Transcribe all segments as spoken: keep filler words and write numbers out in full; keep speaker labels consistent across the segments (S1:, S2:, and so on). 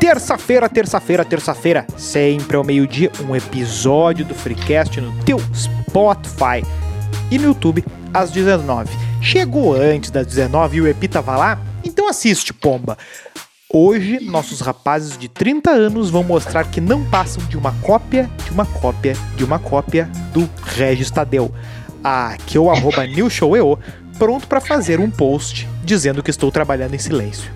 S1: Terça-feira, terça-feira, terça-feira, sempre ao meio-dia, um episódio do Freecast no teu Spotify e no YouTube às dezenove. Chegou antes das dezenove e o Epi tava lá? Então assiste, pomba. Hoje, nossos rapazes de trinta anos vão mostrar que não passam de uma cópia, de uma cópia, de uma cópia do Regis Tadeu. Aqui é o arroba newshoweo, pronto para fazer um post dizendo que estou trabalhando em silêncio.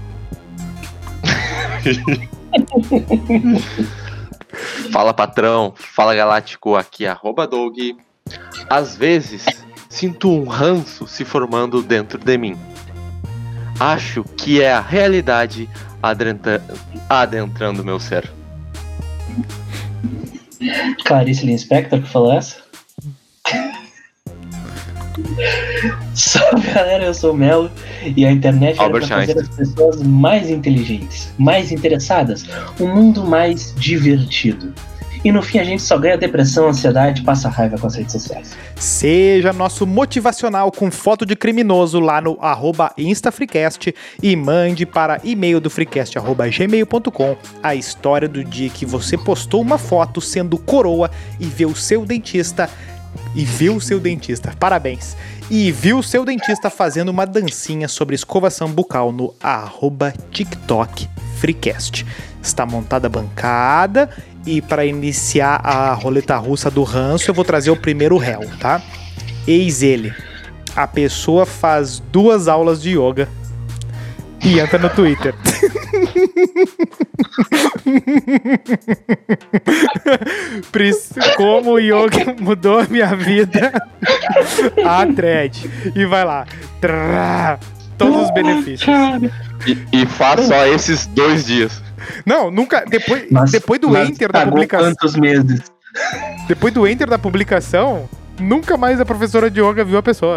S2: Fala, patrão, fala, galáctico, aqui é arroba Doug. Às vezes sinto um ranço se formando dentro de mim. Acho que é a realidade adentra... adentrando meu ser.
S3: Clarice Lispector que falou essa? Salve, galera, eu sou o Melo e a internet era pra fazer as pessoas mais inteligentes, mais interessadas, um mundo mais divertido. E no fim a gente só ganha depressão, ansiedade e passa raiva com as redes sociais.
S1: Seja nosso motivacional com foto de criminoso lá no arroba InstaFreecast e mande para e-mail do freecast arroba gmail ponto com a história do dia que você postou uma foto sendo coroa e vê o seu dentista e viu o seu dentista, parabéns, e viu o seu dentista fazendo uma dancinha sobre escovação bucal no arroba TikTok Freecast. Está montada a bancada e para iniciar a roleta russa do ranço eu vou trazer o primeiro réu, tá? Eis ele. A pessoa faz duas aulas de yoga e entra no Twitter. Como o yoga mudou a minha vida. A thread. E vai lá. Trrr, todos os benefícios.
S2: E, e faz só esses dois dias.
S1: Não, nunca. Depois,
S3: mas,
S1: depois do
S3: mas
S1: enter da publicação.
S3: Quantos meses?
S1: Depois do enter da publicação, nunca mais a professora de yoga viu a pessoa.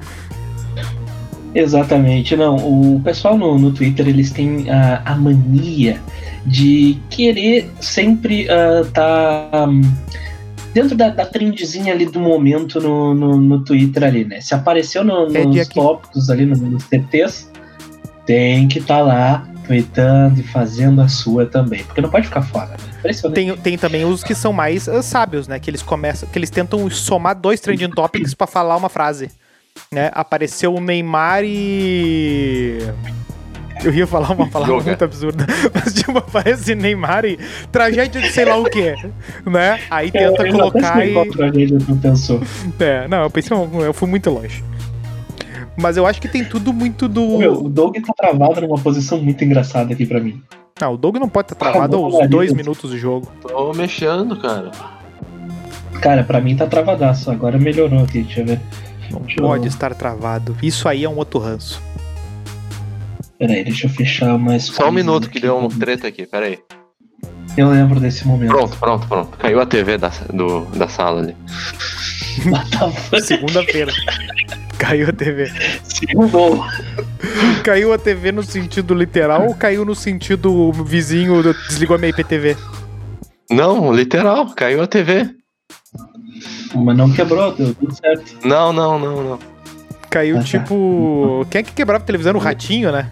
S3: Exatamente, não. O pessoal no, no Twitter, eles têm uh, a mania de querer sempre uh, tá um, dentro da, da trendzinha ali do momento no, no, no Twitter ali, né? Se apareceu no, nos é tópicos ali, nos, nos T Ts, tem que estar tá lá tweetando e fazendo a sua também, porque não pode ficar fora, né? Impressionante.
S1: Tem, tem também os que são mais uh, sábios, né? Que eles começam, que eles tentam somar dois trending topics pra falar uma frase. Né? Apareceu o Neymar e... Eu ia falar uma palavra Yoga. muito absurda, mas tipo, aparece Neymar e tragédia de sei lá o que, né? Aí tenta é, colocar e...
S3: Qual tragédia tu pensou?
S1: É, não, eu pensei, eu fui muito longe. Mas eu acho que tem tudo muito do...
S3: Meu, o Doug tá travado numa posição muito engraçada aqui pra mim.
S1: Não, o Doug não pode estar tá travado aos ah, dois minutos de jogo.
S2: Tô mexendo, cara.
S3: Cara, pra mim tá travadaço, agora melhorou aqui, deixa eu ver.
S1: Não deixa pode eu... estar travado. Isso aí é um outro ranço.
S3: Peraí, deixa eu fechar mais...
S2: Só um minuto que deu um treta aqui, peraí.
S3: Eu lembro desse momento.
S2: Pronto, pronto, pronto. Caiu a T V da, do, da sala ali.
S1: Segunda-feira. Caiu a T V.
S3: Segundo.
S1: Caiu a T V no sentido literal ou caiu no sentido vizinho desligou a minha I P T V?
S2: Não, literal, caiu a T V.
S3: Mas não quebrou, deu tudo certo.
S2: Não, não, não, não.
S1: Caiu ah, tipo... Tá. Quem é que quebrava televisão? O Ratinho, né?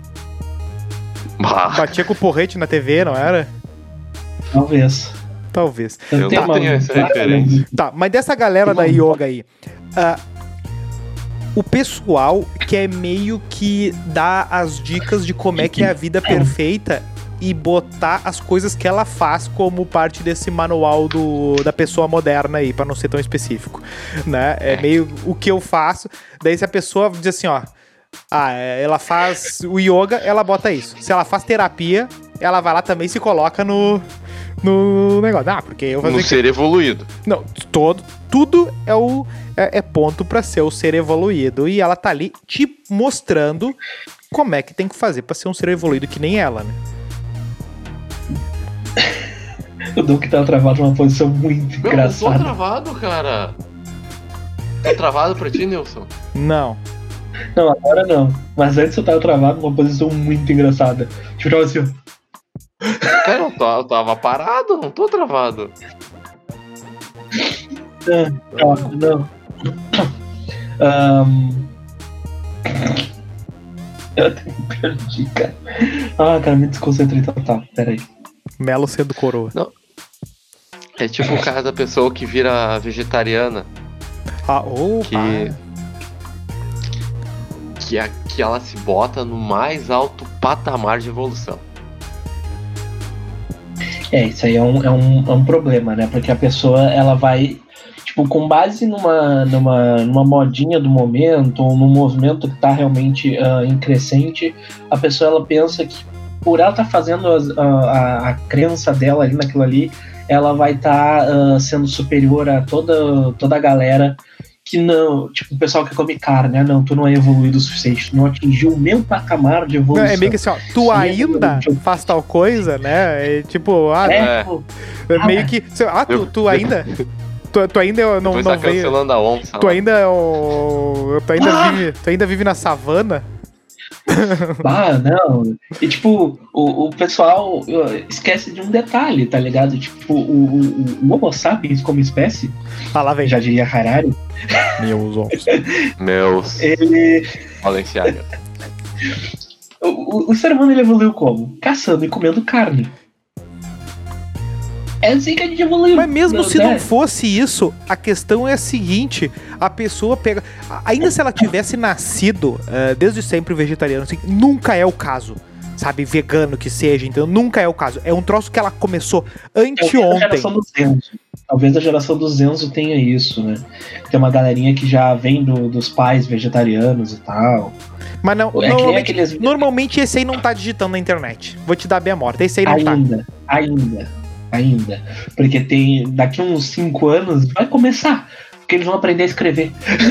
S2: Bah.
S1: Batia com o porrete na T V, não era?
S3: Talvez.
S1: Talvez.
S2: Eu, eu não tenho essa referência.
S1: Tá, mas dessa galera da yoga aí... Uh, o pessoal quer meio que dar as dicas de como é que é a vida perfeita e botar as coisas que ela faz como parte desse manual do, da pessoa moderna aí, pra não ser tão específico, né? É meio o que eu faço, daí se a pessoa diz assim, ó, ah, ela faz o yoga, ela bota isso. Se ela faz terapia, ela vai lá também e se coloca no, no negócio. Ah, porque eu vou
S2: no ser que... evoluído.
S1: Não, todo, tudo é, o, é, é ponto pra ser o ser evoluído. E ela tá ali te mostrando como é que tem que fazer pra ser um ser evoluído que nem ela, né?
S3: O Duque tá travado numa posição muito
S2: Meu,
S3: engraçada.
S2: Eu tô travado, cara. Tá travado pra ti, Nilson?
S1: Não.
S3: Não, agora não. Mas antes eu tava travado numa posição muito engraçada. Tipo, tava assim, ó.
S2: Cara, eu, tô, eu tava parado, não tô travado.
S3: Não, não. Um... Eu até me perdi, cara. Ah, cara, me desconcentrei total. Pera aí.
S1: Melo sendo coroa.
S2: Não. É tipo o caso da pessoa que vira vegetariana.
S1: Ah, opa.
S2: Que, que, a, que ela se bota no mais alto patamar de evolução.
S3: É, isso aí é um, é um, é um problema, né? Porque a pessoa, ela vai, tipo, com base numa, numa, numa modinha do momento, ou num movimento que tá realmente uh, em crescente, a pessoa, ela pensa que por ela tá fazendo as, a, a, a crença dela ali naquilo ali, ela vai estar tá, uh, sendo superior a toda, toda a galera que não, tipo, o pessoal que come carne, né? Não, tu não é evoluído o suficiente, tu não atingiu o meu patamar de evolução.
S1: Não, é meio que assim, ó, tu ainda faz tal coisa, né? É tipo, ah,
S3: é,
S1: é, é meio que, ah, tu, tu ainda, tu, tu ainda não, não
S2: tá
S1: veio,
S2: cancelando a onça.
S1: tu ainda, oh, tu ainda ah! vive, tu ainda vive na savana.
S3: Ah, não. E tipo, o, o pessoal esquece de um detalhe, tá ligado? Tipo, o, o, o Homo sapiens como espécie,
S1: ah, lá vem.
S3: Já diria Harari.
S1: Meus ovos.
S2: Meus.
S3: Ele.
S2: Valenciano.
S3: o, o, o ser humano ele evoluiu como? Caçando e comendo carne. É assim que a gente evoluiu.
S1: Mas mesmo
S3: não,
S1: se
S3: né?
S1: não fosse isso, a questão é a seguinte: a pessoa pega. Ainda se ela tivesse nascido uh, desde sempre vegetariano, assim, nunca é o caso. Sabe, vegano que seja, então nunca é o caso. É um troço que ela começou anteontem.
S3: A geração do Zenzo. Talvez a geração do Zenzo tenha isso, né? Tem uma galerinha que já vem do, dos pais vegetarianos e tal.
S1: Mas não,
S3: é
S1: normalmente,
S3: aqueles...
S1: normalmente esse aí não tá digitando na internet. Vou te dar bem a morte. Esse aí não
S3: ainda,
S1: tá.
S3: Ainda, ainda. Porque tem, daqui uns cinco anos vai começar. Porque eles vão aprender a escrever.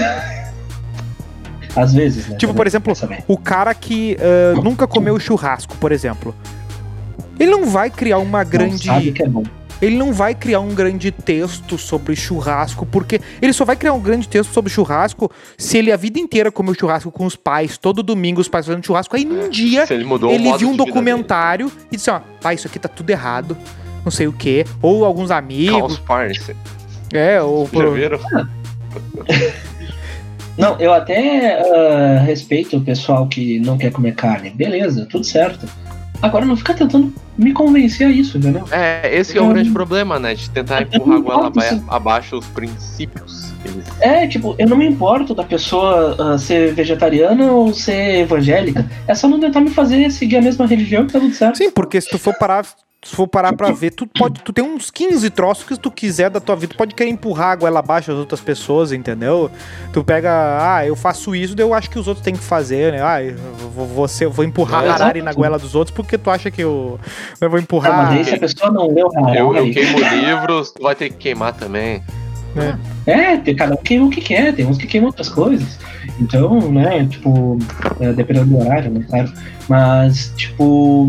S3: Às vezes, né?
S1: Tipo, por exemplo, o cara que uh, nunca comeu churrasco, por exemplo. Ele não vai criar uma grande...
S3: Não sabe que é bom.
S1: Ele não vai criar um grande texto sobre churrasco, porque ele só vai criar um grande texto sobre churrasco se ele a vida inteira comeu churrasco com os pais, todo domingo os pais fazendo churrasco. Aí num dia
S2: ele, mudou
S1: ele
S2: o
S1: viu um documentário e disse, ó, pai, isso aqui tá tudo errado, não sei o quê. Ou alguns amigos... É, ou...
S2: Já viram?
S3: Não, eu até uh, respeito o pessoal que não quer comer carne. Beleza, tudo certo. Agora não fica tentando me convencer a isso, entendeu?
S2: É, esse é o grande problema, né? De tentar empurrar a goela abaixo os princípios. Eles...
S3: É, tipo, eu não me importo da pessoa uh, ser vegetariana ou ser evangélica. É só não tentar me fazer seguir a mesma religião que tá tudo certo.
S1: Sim, porque se tu for parar... Se for parar pra ver, tu pode, tu tem uns quinze troços que se tu quiser da tua vida, tu pode querer empurrar a goela abaixo das outras pessoas, entendeu? Tu pega, ah, eu faço isso, daí eu acho que os outros têm que fazer, né? Ah, eu vou, você, eu vou empurrar
S3: é,
S1: Harari na goela dos outros porque tu acha que eu, eu vou empurrar...
S3: Ah, mas aí se a pessoa não leu Harari...
S2: Eu, eu queimo livros, tu vai ter que queimar também.
S3: É, é tem, cada um queima o que quer, tem uns que queimam outras coisas. Então, né, tipo, é, dependendo do horário, né, claro. Mas, tipo...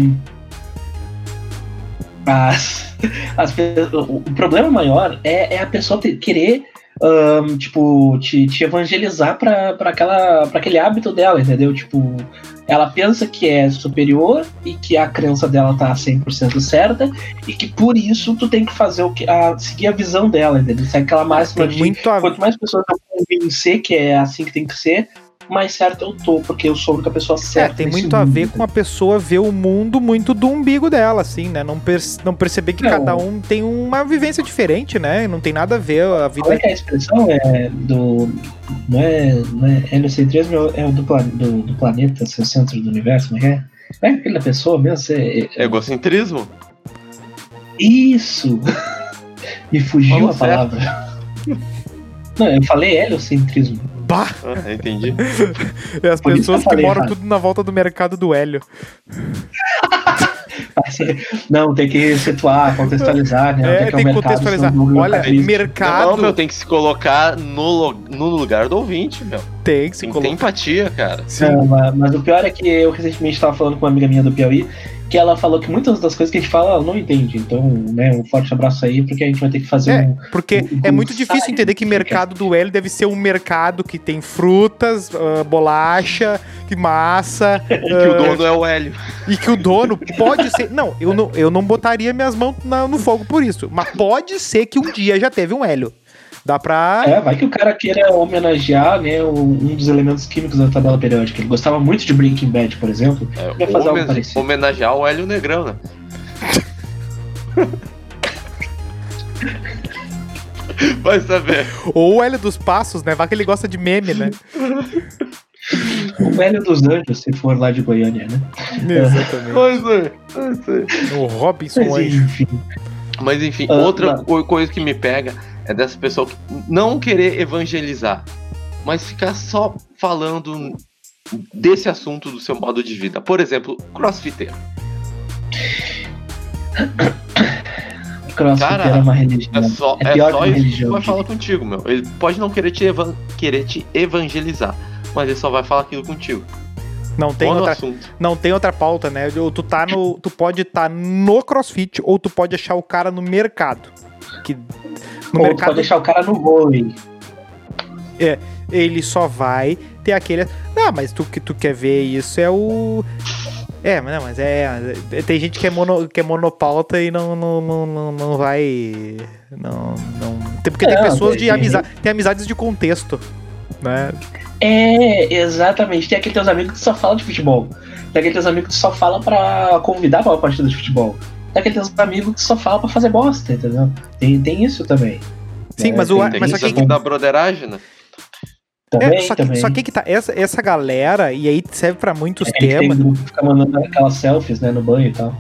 S3: As, as, o problema maior é, é a pessoa ter, querer um, tipo, te, te evangelizar pra, pra, aquela, pra aquele hábito dela, entendeu? Tipo, ela pensa que é superior e que a crença dela tá cem por cento certa e que por isso tu tem que fazer o que, a, seguir a visão dela, entendeu? Segue aquela máxima de
S1: muito a...
S3: quanto mais pessoas eu convencer que é assim que tem que ser, mais certo eu tô, porque eu sou a única pessoa certa.
S1: É, tem muito a ver com a pessoa ver o mundo muito do umbigo dela, assim, né? Não, per não perceber que não. Cada um tem uma vivência diferente, né? Não tem nada a ver a vida...
S3: Qual é que é a expressão? É do... Não é, não é heliocentrismo, é o do, plan do, do planeta, seu centro do universo, não é? É aquele da pessoa mesmo? É, é...
S2: Egocentrismo?
S3: Isso! Me fugiu
S2: Falou
S3: a palavra. Certo. Não, eu falei heliocentrismo.
S1: Bah!
S2: Ah, entendi.
S1: É as Por pessoas que, que moram errado. Tudo na volta do mercado do hélio.
S3: Não, tem que situar, contextualizar, né?
S1: É, tem que, tem que contextualizar. Olha, mercado...
S2: Não, meu, tem que se colocar no, no lugar do ouvinte, meu.
S1: Tem que se
S2: tem
S1: colocar.
S2: Tem empatia, cara.
S3: Sim. É, mas, mas o pior é que eu recentemente estava falando com uma amiga minha do Piauí, que ela falou que muitas das coisas que a gente fala ela não entende. Então, né, um forte abraço aí, porque a gente vai ter que fazer
S1: é,
S3: um...
S1: Porque
S3: um, um
S1: é muito difícil entender que mercado do hélio deve ser um mercado que tem frutas, uh, bolacha, que massa...
S2: E uh, que o dono é o hélio.
S1: E que o dono pode ser... Não, eu não, eu não botaria minhas mãos na, no fogo por isso. Mas pode ser que um dia já teve um hélio. Dá pra...
S3: É, vai que o cara queira homenagear, né, um dos elementos químicos da tabela periódica. Ele gostava muito de Breaking Bad, por exemplo.
S2: É,
S3: vai fazer
S2: homen-
S3: algo parecido.
S2: homenagear o Hélio Negrão, né? Vai saber.
S1: Ou o Hélio dos Passos, né? Vai que ele gosta de meme, né?
S3: O velho dos anjos, se for lá de Goiânia, né?
S1: Exatamente.
S2: Pois é, pois é.
S1: O Robinson
S3: Mas,
S1: Anjo.
S3: enfim.
S2: Mas enfim,
S3: Ah,
S2: outra
S3: não.
S2: co- coisa que me pega é dessa pessoa que não querer evangelizar, mas ficar só falando desse assunto do seu modo de vida. Por exemplo, crossfiteiro.
S3: CrossFit
S2: Cara,
S3: era uma religião.
S2: É só,
S3: É
S2: é
S3: pior
S2: só
S3: que uma
S2: isso que
S3: religião,
S2: vai
S3: tipo.
S2: falar contigo, meu. Ele pode não querer te, evan- querer te evangelizar, mas ele só vai falar aquilo contigo.
S1: Não tem
S2: Qual é o
S1: outra,
S2: assunto?
S1: não tem outra pauta, né? Ou tu tá no, tu pode estar no CrossFit ou tu pode achar o cara no mercado. Que no
S3: Ou tu
S1: mercado
S3: pode deixar o cara no vôlei.
S1: ele só vai ter aquele. Não, mas tu que tu quer ver isso é o. É, mas não, mas é. Tem gente que é, mono, que é monopauta e não, não, não, não, não vai. Não, não. Tem, porque tem
S3: Não,
S1: pessoas
S3: tem-
S1: de amizade. Tem amizades de contexto. Né?
S3: É, exatamente. Tem aqueles teus amigos que só falam de futebol. Tem aqueles teus amigos que só falam pra convidar pra uma partida de futebol. Tem aqueles teus amigos que só falam pra fazer bosta, entendeu? Tem, tem isso também.
S1: Sim,
S3: É,
S1: mas o.
S3: tem-
S2: Tem
S1: Mas só
S2: isso
S1: que,
S2: da broderagem, né?
S3: Também,
S1: é, só, que,
S3: também.
S1: só que que tá. Essa, essa galera, e aí serve pra muitos
S3: É, a gente tem
S1: temas.
S3: grupo que fica mandando aquelas selfies, né, no banho e tal.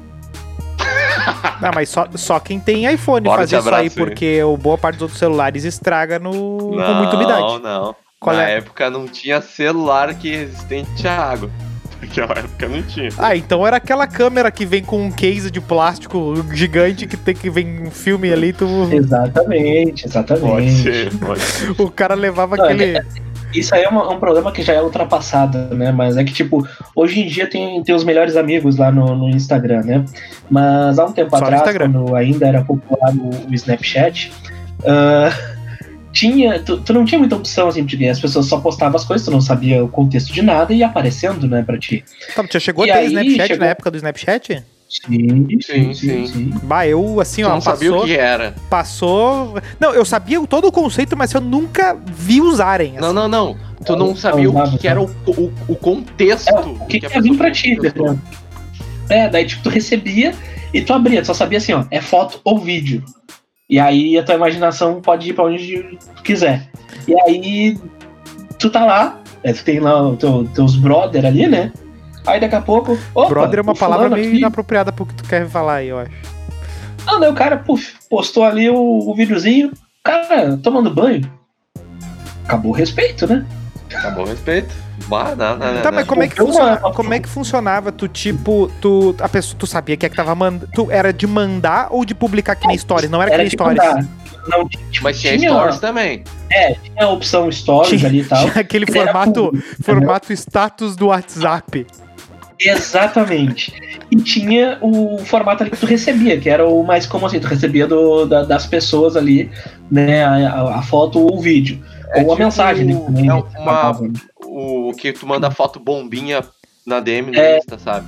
S1: Não, mas só, só quem tem iPhone
S2: Forte
S1: faz isso
S2: abraço
S1: aí,
S2: aí.
S1: porque o boa parte dos outros celulares estraga no, com
S2: Não,
S1: muita umidade.
S2: não.
S1: Qual
S2: Na
S1: é?
S2: época não tinha celular que é resistente à água. Naquela época não tinha.
S1: Ah, então era aquela câmera que vem com um case de plástico gigante que tem que vem um filme ali, tu,
S3: Exatamente, exatamente.
S2: Pode ser, pode ser.
S1: o cara levava
S3: Não,
S1: aquele.
S3: Isso aí é uma- um problema que já é ultrapassado, né? Mas é que, tipo, hoje em dia tem, tem os melhores amigos lá no, no Instagram, né? Mas há um tempo
S1: Só no
S3: atrás,
S1: Instagram.
S3: quando ainda era popular o, o Snapchat, ah, tinha, tu, tu não tinha muita opção, assim, porque as pessoas só postavam as coisas, tu não sabia o contexto de nada e ia aparecendo, né, pra ti.
S1: Tá, já chegou
S3: E
S1: a ter
S3: aí,
S1: Snapchat
S3: chegou-
S1: na época do Snapchat?
S3: Sim, sim,
S2: Sim,
S3: sim,
S2: sim.
S3: sim.
S1: Bah, eu assim,
S2: Tu
S1: ó,
S2: não sabia
S1: passou,
S2: o que era.
S1: passou. Não, eu sabia todo o conceito, mas eu nunca vi usarem.
S2: Não,
S1: assim.
S2: não, não. Tu
S3: Eu-
S2: não
S3: eu
S2: sabia o
S3: usava,
S2: que, que era o, o, o contexto.
S3: É, o que, que
S2: a
S3: ia vir
S2: pessoa
S3: pra ti,
S2: postou.
S3: entendeu? É, daí tipo, tu recebia e tu abria, tu só sabia assim, ó, é foto ou vídeo. E aí a tua imaginação pode ir pra onde tu quiser. E aí tu tá lá, é, tu tem lá os teu, teus brother ali, né? Aí daqui a pouco. Opa,
S1: Brother é uma
S3: o
S1: palavra
S3: fulano
S1: meio
S3: aqui-
S1: inapropriada pro que tu quer falar aí, eu acho.
S3: Ah, daí o cara, puf, postou ali o, o videozinho, cara, tomando banho. Acabou o respeito, né?
S2: Acabou o respeito. Bah, não, não, não,
S1: Tá,
S2: não.
S1: mas como é que
S3: Uma-
S1: funcionava? Como é que funcionava? Tu tipo, tu a pessoa, tu sabia que é que tava mandando, tu era de mandar ou de publicar que nem stories? Não era que nem
S3: de
S1: stories.
S3: mandar. Não, tipo,
S2: Mas tinha, stories também.
S3: É, tinha a opção stories
S1: Tinha-
S3: ali e tal.
S1: Tinha aquele
S3: Ele era
S1: formato,
S3: público,
S1: formato status do WhatsApp.
S3: Exatamente. E tinha o formato ali que tu recebia, que era o mais comum assim, tu recebia do, da- das pessoas ali, né, a, a foto ou o vídeo.
S2: É
S3: ou a
S2: tipo-
S3: mensagem ali também.
S2: é
S3: né,
S2: uma- O que tu manda foto bombinha na D M no
S3: É.
S2: Insta, sabe?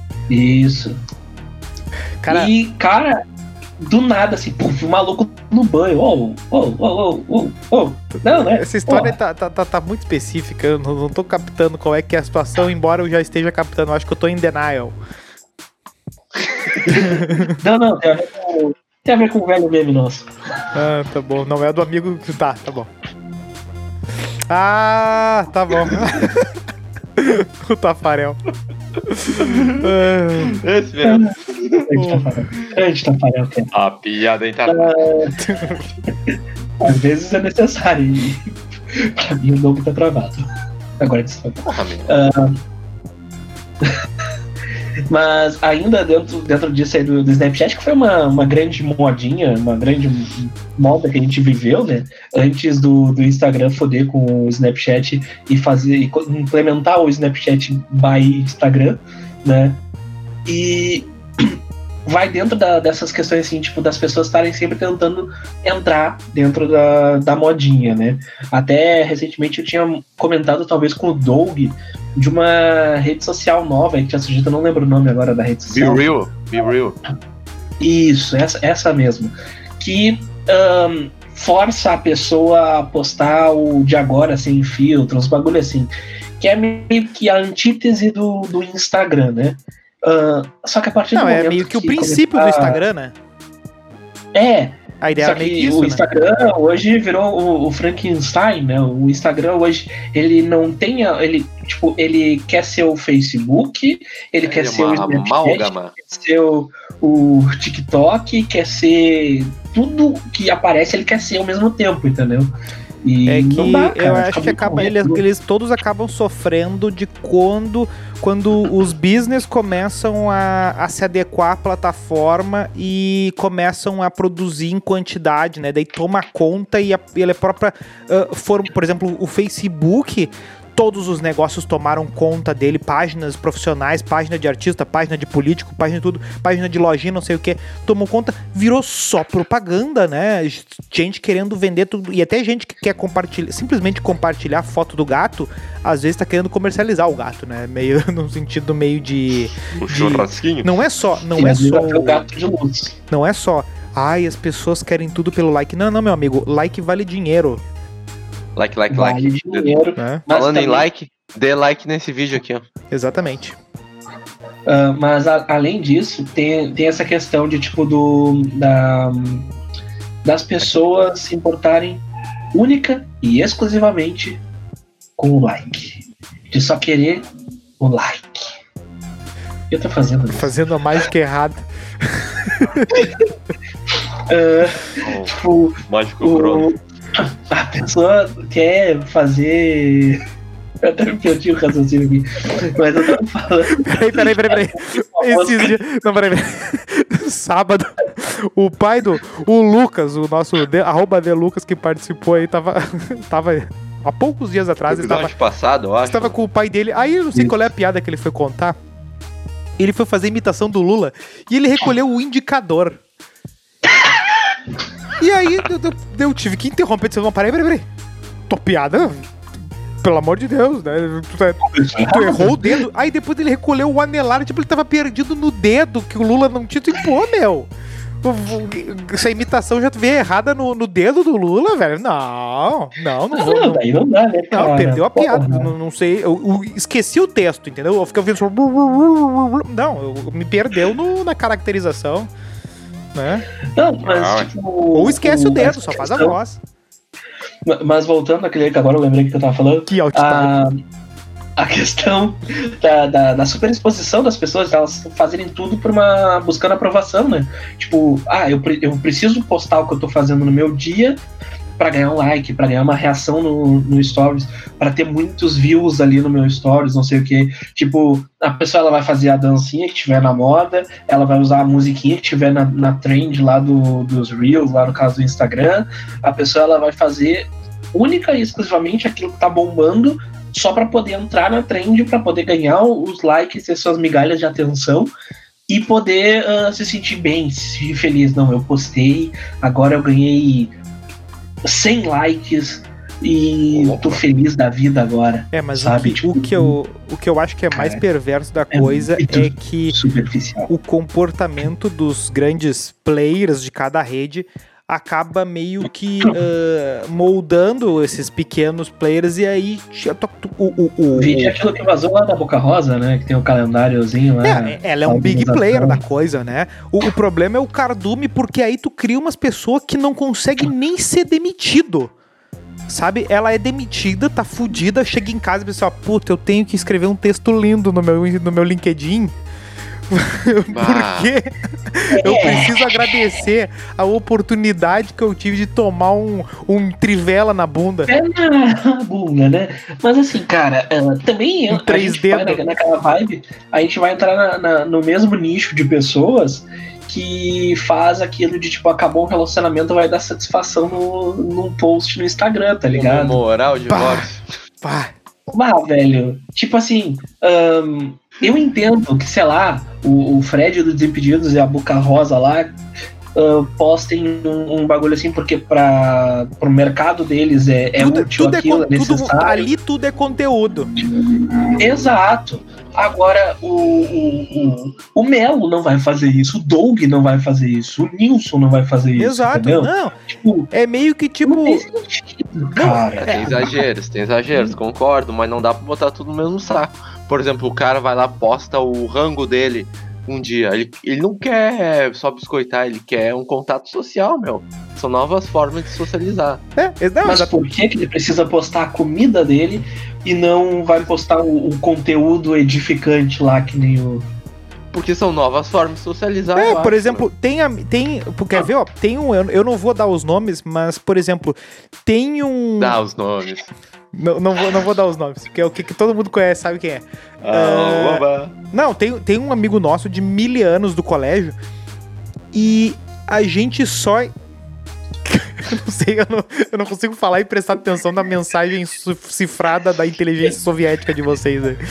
S3: Isso.
S1: Cara,
S3: E, cara, do nada, assim, puf, o maluco no banho. Ô, ô, ô, ô, ô, ô. Não, né?
S1: essa história
S3: Porra.
S1: tá, tá, tá, tá muito específica, eu não, não tô captando qual é que é a situação, embora eu já esteja captando, eu acho que eu tô em denial.
S3: Não, não, tem a ver com, tem a ver com o velho meme nosso.
S1: Ah, tá bom, não é do amigo que tá, tá bom. Ah, tá bom. O Tafarel. Ah,
S2: Esse mesmo.
S3: Grande Tafarel. Grande Tafarel, cara.
S2: A piada interna.
S3: Às vezes é necessário. E pra mim o nome tá travado. Agora que você vai.
S2: Porra, meu.
S3: Mas ainda dentro, dentro disso aí do, do Snapchat, que foi uma, uma grande modinha, uma grande moda que a gente viveu, né? Antes do, do Instagram foder com o Snapchat e fazer e co- implementar o Snapchat by Instagram, né? E vai dentro da- dessas questões assim, tipo, das pessoas estarem sempre tentando entrar dentro da, da modinha, né? Até recentemente eu tinha comentado, talvez, com o Doug, de uma rede social nova aí que tinha surgido, eu não lembro o nome agora da rede
S2: Be
S3: social.
S2: real, be real.
S3: Isso, essa, essa mesmo. Que ahn, força a pessoa a postar o de agora sem filtro, uns bagulho assim. Que é meio que a antítese do, do Instagram, né? Uh, só que a partir
S1: Não,
S3: do momento
S1: é meio que, que o princípio
S3: começar...
S1: do Instagram, né?
S3: É.
S1: A ideia
S3: Só
S1: é meio
S3: que
S1: que isso,
S3: o
S1: né?
S3: Instagram hoje virou o, o Frankenstein, né? O Instagram hoje, ele não tem... A, ele, tipo, ele quer ser o Facebook, ele
S2: É
S3: quer ser o
S2: uma
S3: Snapchat,
S2: amálgama.
S3: quer ser o, o TikTok, quer ser... Tudo que aparece, ele quer ser ao mesmo tempo, entendeu? E
S1: É que
S3: não dá, cara,
S1: eu
S3: fica
S1: acho que
S3: muito
S1: acaba,
S3: ruim.
S1: eles, eles todos acabam sofrendo de quando, quando os business começam a, a se adequar à plataforma e começam a produzir em quantidade, né? Daí toma conta e a, ele é própria... Uh, for, por exemplo, o Facebook... Todos os negócios tomaram conta dele, páginas profissionais, página de artista, página de político, página de tudo, página de lojinha, não sei o que, tomou conta, virou só propaganda, né? Gente querendo vender tudo, e até gente que quer compartilhar, simplesmente compartilhar foto do gato, às vezes tá querendo comercializar o gato, né? Meio, no sentido meio de...
S2: O
S1: de
S2: churrasquinho?
S1: não é só, não
S3: Sim,
S1: é
S3: às vezes
S1: só...
S3: até o gato de luz.
S1: Não é só, ai, as pessoas querem tudo pelo like. Não, não, meu amigo, like vale dinheiro,
S2: Like, like,
S3: Vale
S2: like.
S3: dinheiro.
S1: né?
S3: Mas
S2: Falando em
S3: também-
S2: like, dê like nesse vídeo aqui, ó.
S1: Exatamente.
S3: Uh, mas a- além disso, tem, tem essa questão de tipo do da, das pessoas se importarem única e exclusivamente com o like. De só querer o like. O que eu tô fazendo? isso?
S1: Fazendo a mágica errada.
S3: Uh,
S2: Ó,
S3: tipo,
S2: Mágico
S3: o,
S2: Bruno.
S3: a pessoa quer fazer. Eu até me perdi o raciocínio aqui. Mas eu tava falando.
S1: Peraí, peraí, peraí, peraí. Esses dias. Não, peraí, peraí. Sábado, o pai do. O Lucas, o nosso. De, arroba de Lucas que participou aí, tava. Tava. Há poucos dias atrás, ele tava,
S2: Episódio passado, eu acho.
S1: estava com o pai dele. Aí eu não sei qual é a piada que ele foi contar. Ele foi fazer imitação do Lula e ele recolheu o indicador. E aí eu, eu, eu tive que interromper e dizer, não, peraí, peraí, peraí. Tua piada? Pelo amor de Deus, né? Tu, tu errou o dedo. Aí depois ele recolheu o anelar, tipo, ele tava perdido no dedo que o Lula não tinha. Tu, pô, meu. Essa imitação já veio errada no, no dedo do Lula, velho. Não, não, não vou.
S3: Não,
S1: Não,
S3: daí não dá, né, cara?
S1: não, perdeu a piada.
S3: Porra.
S1: Não, não sei. Eu, eu esqueci o texto, entendeu? Eu fiquei ouvindo só. Não, eu, eu me perdeu no, na caracterização. Né?
S3: Não, mas
S2: Ah,
S3: tipo.
S1: Ou esquece o dedo,
S3: essa
S1: só faz a
S3: questão-
S1: voz.
S3: Mas voltando àquele que agora eu lembrei que eu tava falando.
S1: Que altitude.
S3: A, a questão da, da, da superexposição das pessoas, elas fazerem tudo por uma. Buscando aprovação, né? Tipo, ah, eu, pre- eu preciso postar o que eu tô fazendo no meu dia pra ganhar um like, pra ganhar uma reação no, no Stories, pra ter muitos views ali no meu Stories, não sei o que. Tipo, a pessoa ela vai fazer a dancinha que tiver na moda, ela vai usar a musiquinha que tiver na, na trend lá do, dos Reels, lá no caso do Instagram. A pessoa ela vai fazer única e exclusivamente aquilo que tá bombando, só pra poder entrar na trend, pra poder ganhar os likes e as suas migalhas de atenção e poder uh, se sentir bem, se sentir feliz. Não, eu postei, agora eu ganhei cem likes e tô feliz da vida agora.
S1: É, mas
S3: sabe,
S1: o, que,
S3: tipo,
S1: o, que eu, o que eu acho que é mais
S3: cara,
S1: perverso da
S3: é
S1: coisa
S3: muito
S1: é que
S3: superficial.
S1: o comportamento dos grandes players de cada rede acaba meio que uh, moldando esses pequenos players e aí o, o, o,
S3: O vídeo é aquilo que vazou lá da Boca Rosa, né? Que tem o calendáriozinho lá.
S1: É, ela é um big player da coisa, né? O, o problema é o cardume, porque aí tu cria umas pessoas que não conseguem nem ser demitido. Sabe? Ela é demitida, tá fudida, chega em casa e pensa, ó, puta, eu tenho que escrever um texto lindo no meu, no meu LinkedIn. Porque eu preciso agradecer a oportunidade que eu tive de tomar um, um trivela na bunda.
S3: É na bunda, né? Mas assim, cara, ela também
S1: Um
S3: a
S1: três
S3: gente vai
S1: dedos.
S3: na, naquela vibe, a gente vai entrar na- na- no mesmo nicho de pessoas que faz aquilo de tipo, acabou um relacionamento, vai dar satisfação no, num post no Instagram, tá ligado?
S2: Moral, divórcio.
S1: Pá.
S3: Ah, velho, tipo assim, ahn, eu entendo que, sei lá, o, o Fred do Desimpedidos e a Boca Rosa lá uh, postem um, um bagulho assim, porque para o mercado deles é, é
S1: tudo,
S3: útil
S1: tudo
S3: aquilo,
S1: é,
S3: é necessário.
S1: tudo, ali tudo é conteúdo.
S3: Exato. Agora, o, o, o, o Melo não vai fazer isso, o Doug não vai fazer isso, o Nilson não vai fazer isso.
S1: Exato,
S3: entendeu?
S1: não.
S3: Tipo,
S1: é meio que tipo.
S3: Não tem sentido, cara.
S2: Tem exageros, tem exageros, concordo, mas não dá pra botar tudo no mesmo saco. Por exemplo, o cara vai lá, posta o rango dele um dia. Ele, ele não quer só biscoitar, ele quer um contato social, meu. São novas formas de socializar.
S1: É, não,
S3: Mas por que ele precisa postar a comida dele e não vai postar o, o conteúdo edificante lá, que nem o...
S2: Porque são novas formas de socializar.
S1: É,
S2: eu
S1: por
S2: acho,
S1: exemplo, tem, a, tem. Quer ver, ó? Tem um. Eu, eu não vou dar os nomes, mas, por exemplo, tem um.
S2: Dá os nomes.
S1: Não, não, vou, não vou dar os nomes, porque é o que, que todo mundo conhece, sabe quem é.
S2: Ah,
S1: uh, não, tem, tem um amigo nosso de mil anos do colégio e a gente só. Eu não sei, eu não, eu não consigo falar e prestar atenção na mensagem cifrada da inteligência soviética de vocês. Né?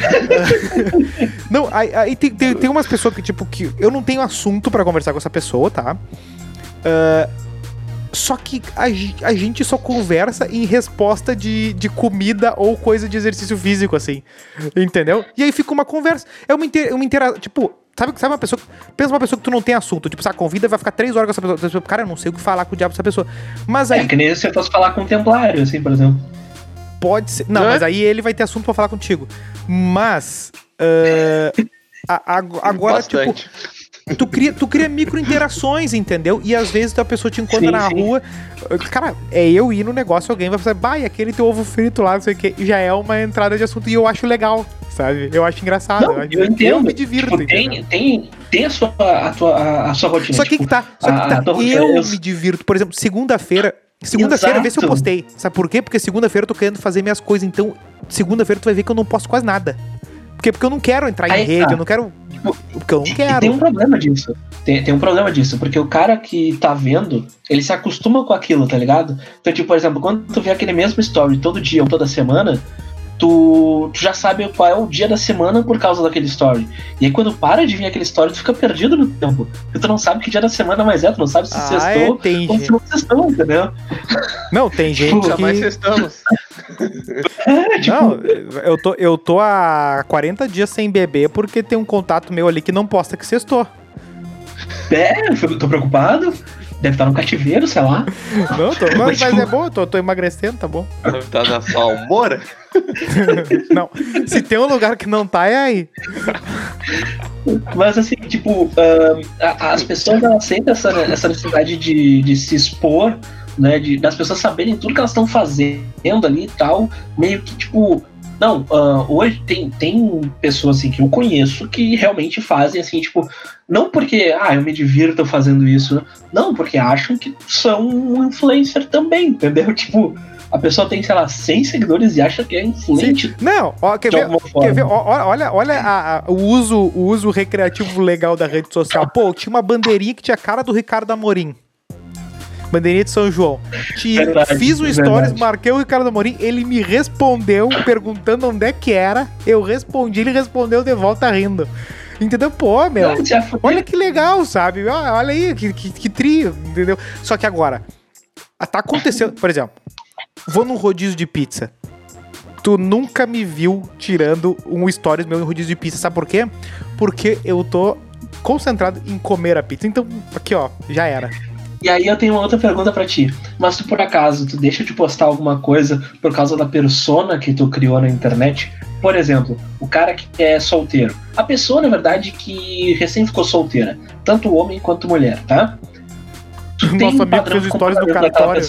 S1: Não, aí, aí tem, tem, tem umas pessoas que, tipo, que eu não tenho assunto pra conversar com essa pessoa, tá? Uh, só que a, a gente só conversa em resposta de, de comida ou coisa de exercício físico, assim. Entendeu? E aí fica uma conversa. É uma, inter, uma interação. Tipo, sabe, sabe uma pessoa. Pensa uma pessoa que tu não tem assunto. Tipo, sabe, convida e vai ficar três horas com essa pessoa. Cara, eu não sei o que falar com o diabo dessa pessoa. Mas aí.
S3: É que nem se eu fosse falar com um templário, assim, por exemplo.
S1: Pode ser. Não, é? Mas aí ele vai ter assunto pra falar contigo. Mas. Uh, a, a, agora,
S2: Bastante.
S1: tipo. Tu cria, tu cria micro-interações, entendeu? E às vezes a pessoa te encontra sim, na sim. rua. Cara, é eu ir no negócio, alguém vai falar, bah, e aquele teu ovo frito lá, não sei o que. E já é uma entrada de assunto e eu acho legal, sabe? Eu acho engraçado.
S3: Não, eu, eu entendo.
S1: Eu me divirto,
S3: tipo, tem, tem, tem a sua, a tua, a, a sua rotina.
S1: Só que
S3: tipo,
S1: que tá, só que
S3: a,
S1: tá.
S3: A
S1: eu
S3: eu...
S1: me divirto. Por exemplo, segunda-feira. Segunda-feira, vê se eu postei. Sabe por quê? Porque segunda-feira eu tô querendo fazer minhas coisas. Então, segunda-feira tu vai ver que eu não posto quase nada. Porque, porque eu não quero entrar
S3: Aí
S1: em rede,
S3: tá.
S1: eu não quero. Porque eu não quero.
S3: E tem um problema disso. Tem, tem um problema disso, porque o cara que tá vendo, ele se acostuma com aquilo, tá ligado? Então, tipo, por exemplo, quando tu vê aquele mesmo story todo dia ou toda semana, tu, tu já sabe qual é o dia da semana por causa daquele story. E aí quando para de vir aquele story, tu fica perdido no tempo. Porque tu não sabe que dia da semana mais é, tu não sabe se
S1: ah,
S3: sextou
S1: é,
S3: ou se não sextou, entendeu?
S1: Não, tem gente
S2: Nunca
S1: que...
S2: mais sextamos.
S3: É, tipo...
S1: Não, eu tô, eu tô há quarenta dias sem beber porque tem um contato meu ali que não posta que sextou.
S3: É, eu tô preocupado. Deve estar no cativeiro, sei lá.
S1: Não, tô, mas, mas é bom, eu tô, tô emagrecendo, tá bom.
S2: Deve estar na salmoura.
S1: Não, se tem um lugar que não tá, é aí.
S3: Mas assim, tipo, uh, as pessoas elas sentem essa, essa necessidade de, de se expor, né? De, das pessoas saberem tudo que elas estão fazendo ali e tal. Meio que, tipo, não, uh, hoje tem, tem pessoas assim que eu conheço que realmente fazem assim, tipo, não porque, ah, eu me divirto fazendo isso, não, porque acham que são um influencer também, entendeu? Tipo, a pessoa tem, sei lá, cem seguidores e acha que é influente.
S1: Sim. Não, ó, quer ver, quer ver ó, olha, olha a, a, o, uso, o uso recreativo legal da rede social. Pô, tinha uma bandeirinha que tinha a cara do Ricardo Amorim. Bandeirinha de São João. Te, verdade, fiz um stories, verdade. Marquei o Ricardo Amorim, ele me respondeu perguntando onde é que era. Eu respondi, ele respondeu de volta rindo. Entendeu? Pô, meu, olha que legal, sabe? Olha aí, que, que, que trio, entendeu? Só que agora, tá acontecendo, por exemplo, vou num rodízio de pizza. Tu nunca me viu tirando um stories meu em rodízio de pizza, sabe por quê? Porque eu tô concentrado em comer a pizza. Então, aqui ó, já era.
S3: E aí eu tenho uma outra pergunta pra ti. Mas tu, por acaso, tu deixa de postar alguma coisa por causa da persona que tu criou na internet? Por exemplo, o cara que é solteiro. A pessoa, na verdade, que recém ficou solteira. Tanto homem quanto mulher, tá? Tu tem
S1: Nosso
S3: um
S1: amigo fez stories do cartório.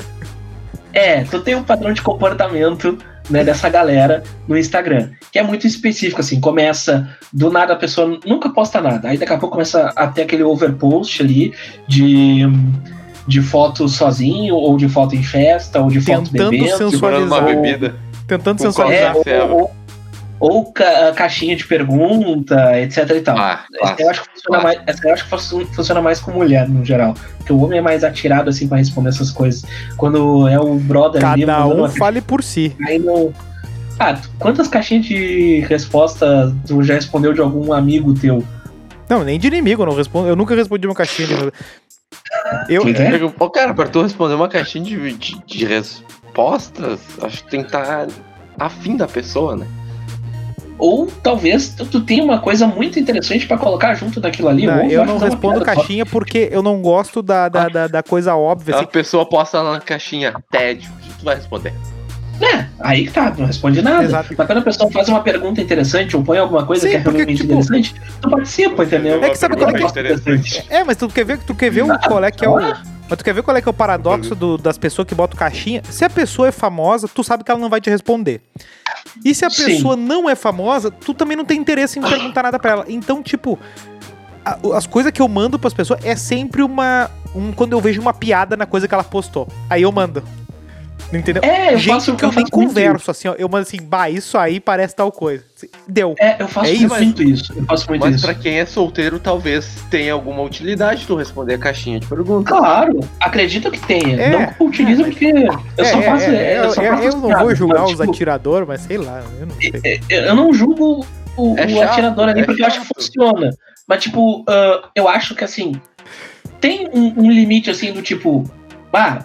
S3: É, tu tem um padrão de comportamento, né, dessa galera no Instagram, que é muito específico, assim, começa, do nada a pessoa nunca posta nada, aí daqui a pouco começa a ter aquele overpost ali de, de foto sozinho, ou de foto em festa, ou de foto
S1: tentando
S3: bebendo.
S1: Sensualizar
S2: uma bebida.
S1: Tentando sensualizar.
S3: É, ou, ou, ou ca- caixinha de pergunta, etc e tal.
S2: Ah,
S3: essa, eu acho que funciona
S2: ah.
S3: mais, essa eu acho que funciona mais com mulher, no geral. Porque o homem é mais atirado, assim, pra responder essas coisas. Quando é o brother ali...
S1: Cada um
S3: uma...
S1: fale por si.
S3: Aí no... Ah, quantas caixinhas de resposta tu já respondeu de algum amigo teu?
S1: Não, nem de inimigo, eu não respondo. Eu nunca respondi uma caixinha de... Eu,
S3: Pois é.
S2: Pô, cara, pra tu responder uma caixinha de, de, de respostas, acho que tem que estar afim da pessoa, né?
S3: Ou talvez tu, tu tenha uma coisa muito interessante pra colocar junto daquilo ali.
S1: não,
S3: ou
S1: eu
S3: vai
S1: não
S3: fazer uma
S1: respondo
S3: piada
S1: caixinha porque eu não gosto da, da, da, da coisa óbvia.
S2: A
S1: Assim.
S2: pessoa posta lá na caixinha tédio, o que tu vai responder?
S3: só. É, aí que tá, não responde nada.
S1: Exato.
S3: Mas quando a pessoa faz uma pergunta interessante ou põe alguma coisa
S1: Sim,
S3: que é
S1: porque,
S3: realmente
S1: tipo,
S3: interessante, tu participa, entendeu?
S1: É que sabe qual é que é
S2: interessante?
S1: É, mas tu quer ver, tu quer ver o, qual é que é o. Mas tu quer ver qual é que é o paradoxo do- das pessoas que botam caixinha? Se a pessoa é famosa, tu sabe que ela não vai te responder. E se a
S3: Sim.
S1: pessoa não é famosa, tu também não tem interesse em perguntar nada pra ela. Então, tipo, a- as coisas que eu mando pras pessoas é sempre uma. Um, quando eu vejo uma piada na coisa que ela postou. Aí eu mando. Entendeu?
S3: É, eu
S1: Gente
S3: faço
S1: que eu,
S3: eu
S1: nem
S3: faço muito
S1: converso, assim, ó. Eu mando assim, bah, isso aí parece tal coisa. Deu.
S3: É, eu faço
S1: É isso?
S3: muito isso. Eu faço muito
S2: Mas
S3: isso.
S2: pra quem é solteiro, talvez tenha alguma utilidade tu responder a caixinha de perguntas.
S3: Claro, acredito que tenha.
S1: É,
S3: não que eu utilize
S1: é,
S3: porque eu
S1: É,
S3: só
S1: é,
S3: faço.
S1: é,
S3: é, eu, só
S1: eu,
S3: faço
S1: eu
S3: as
S1: não vou
S3: piadas,
S1: julgar
S3: mas,
S1: os
S3: tipo,
S1: atiradores, mas sei lá, eu não sei.
S3: eu não julgo o,
S2: É
S3: o
S2: chato,
S3: atirador ali
S2: é
S3: porque eu acho que
S2: chato.
S3: funciona. Mas, tipo, ah, eu acho que assim. Tem um, um limite assim do tipo. Ah,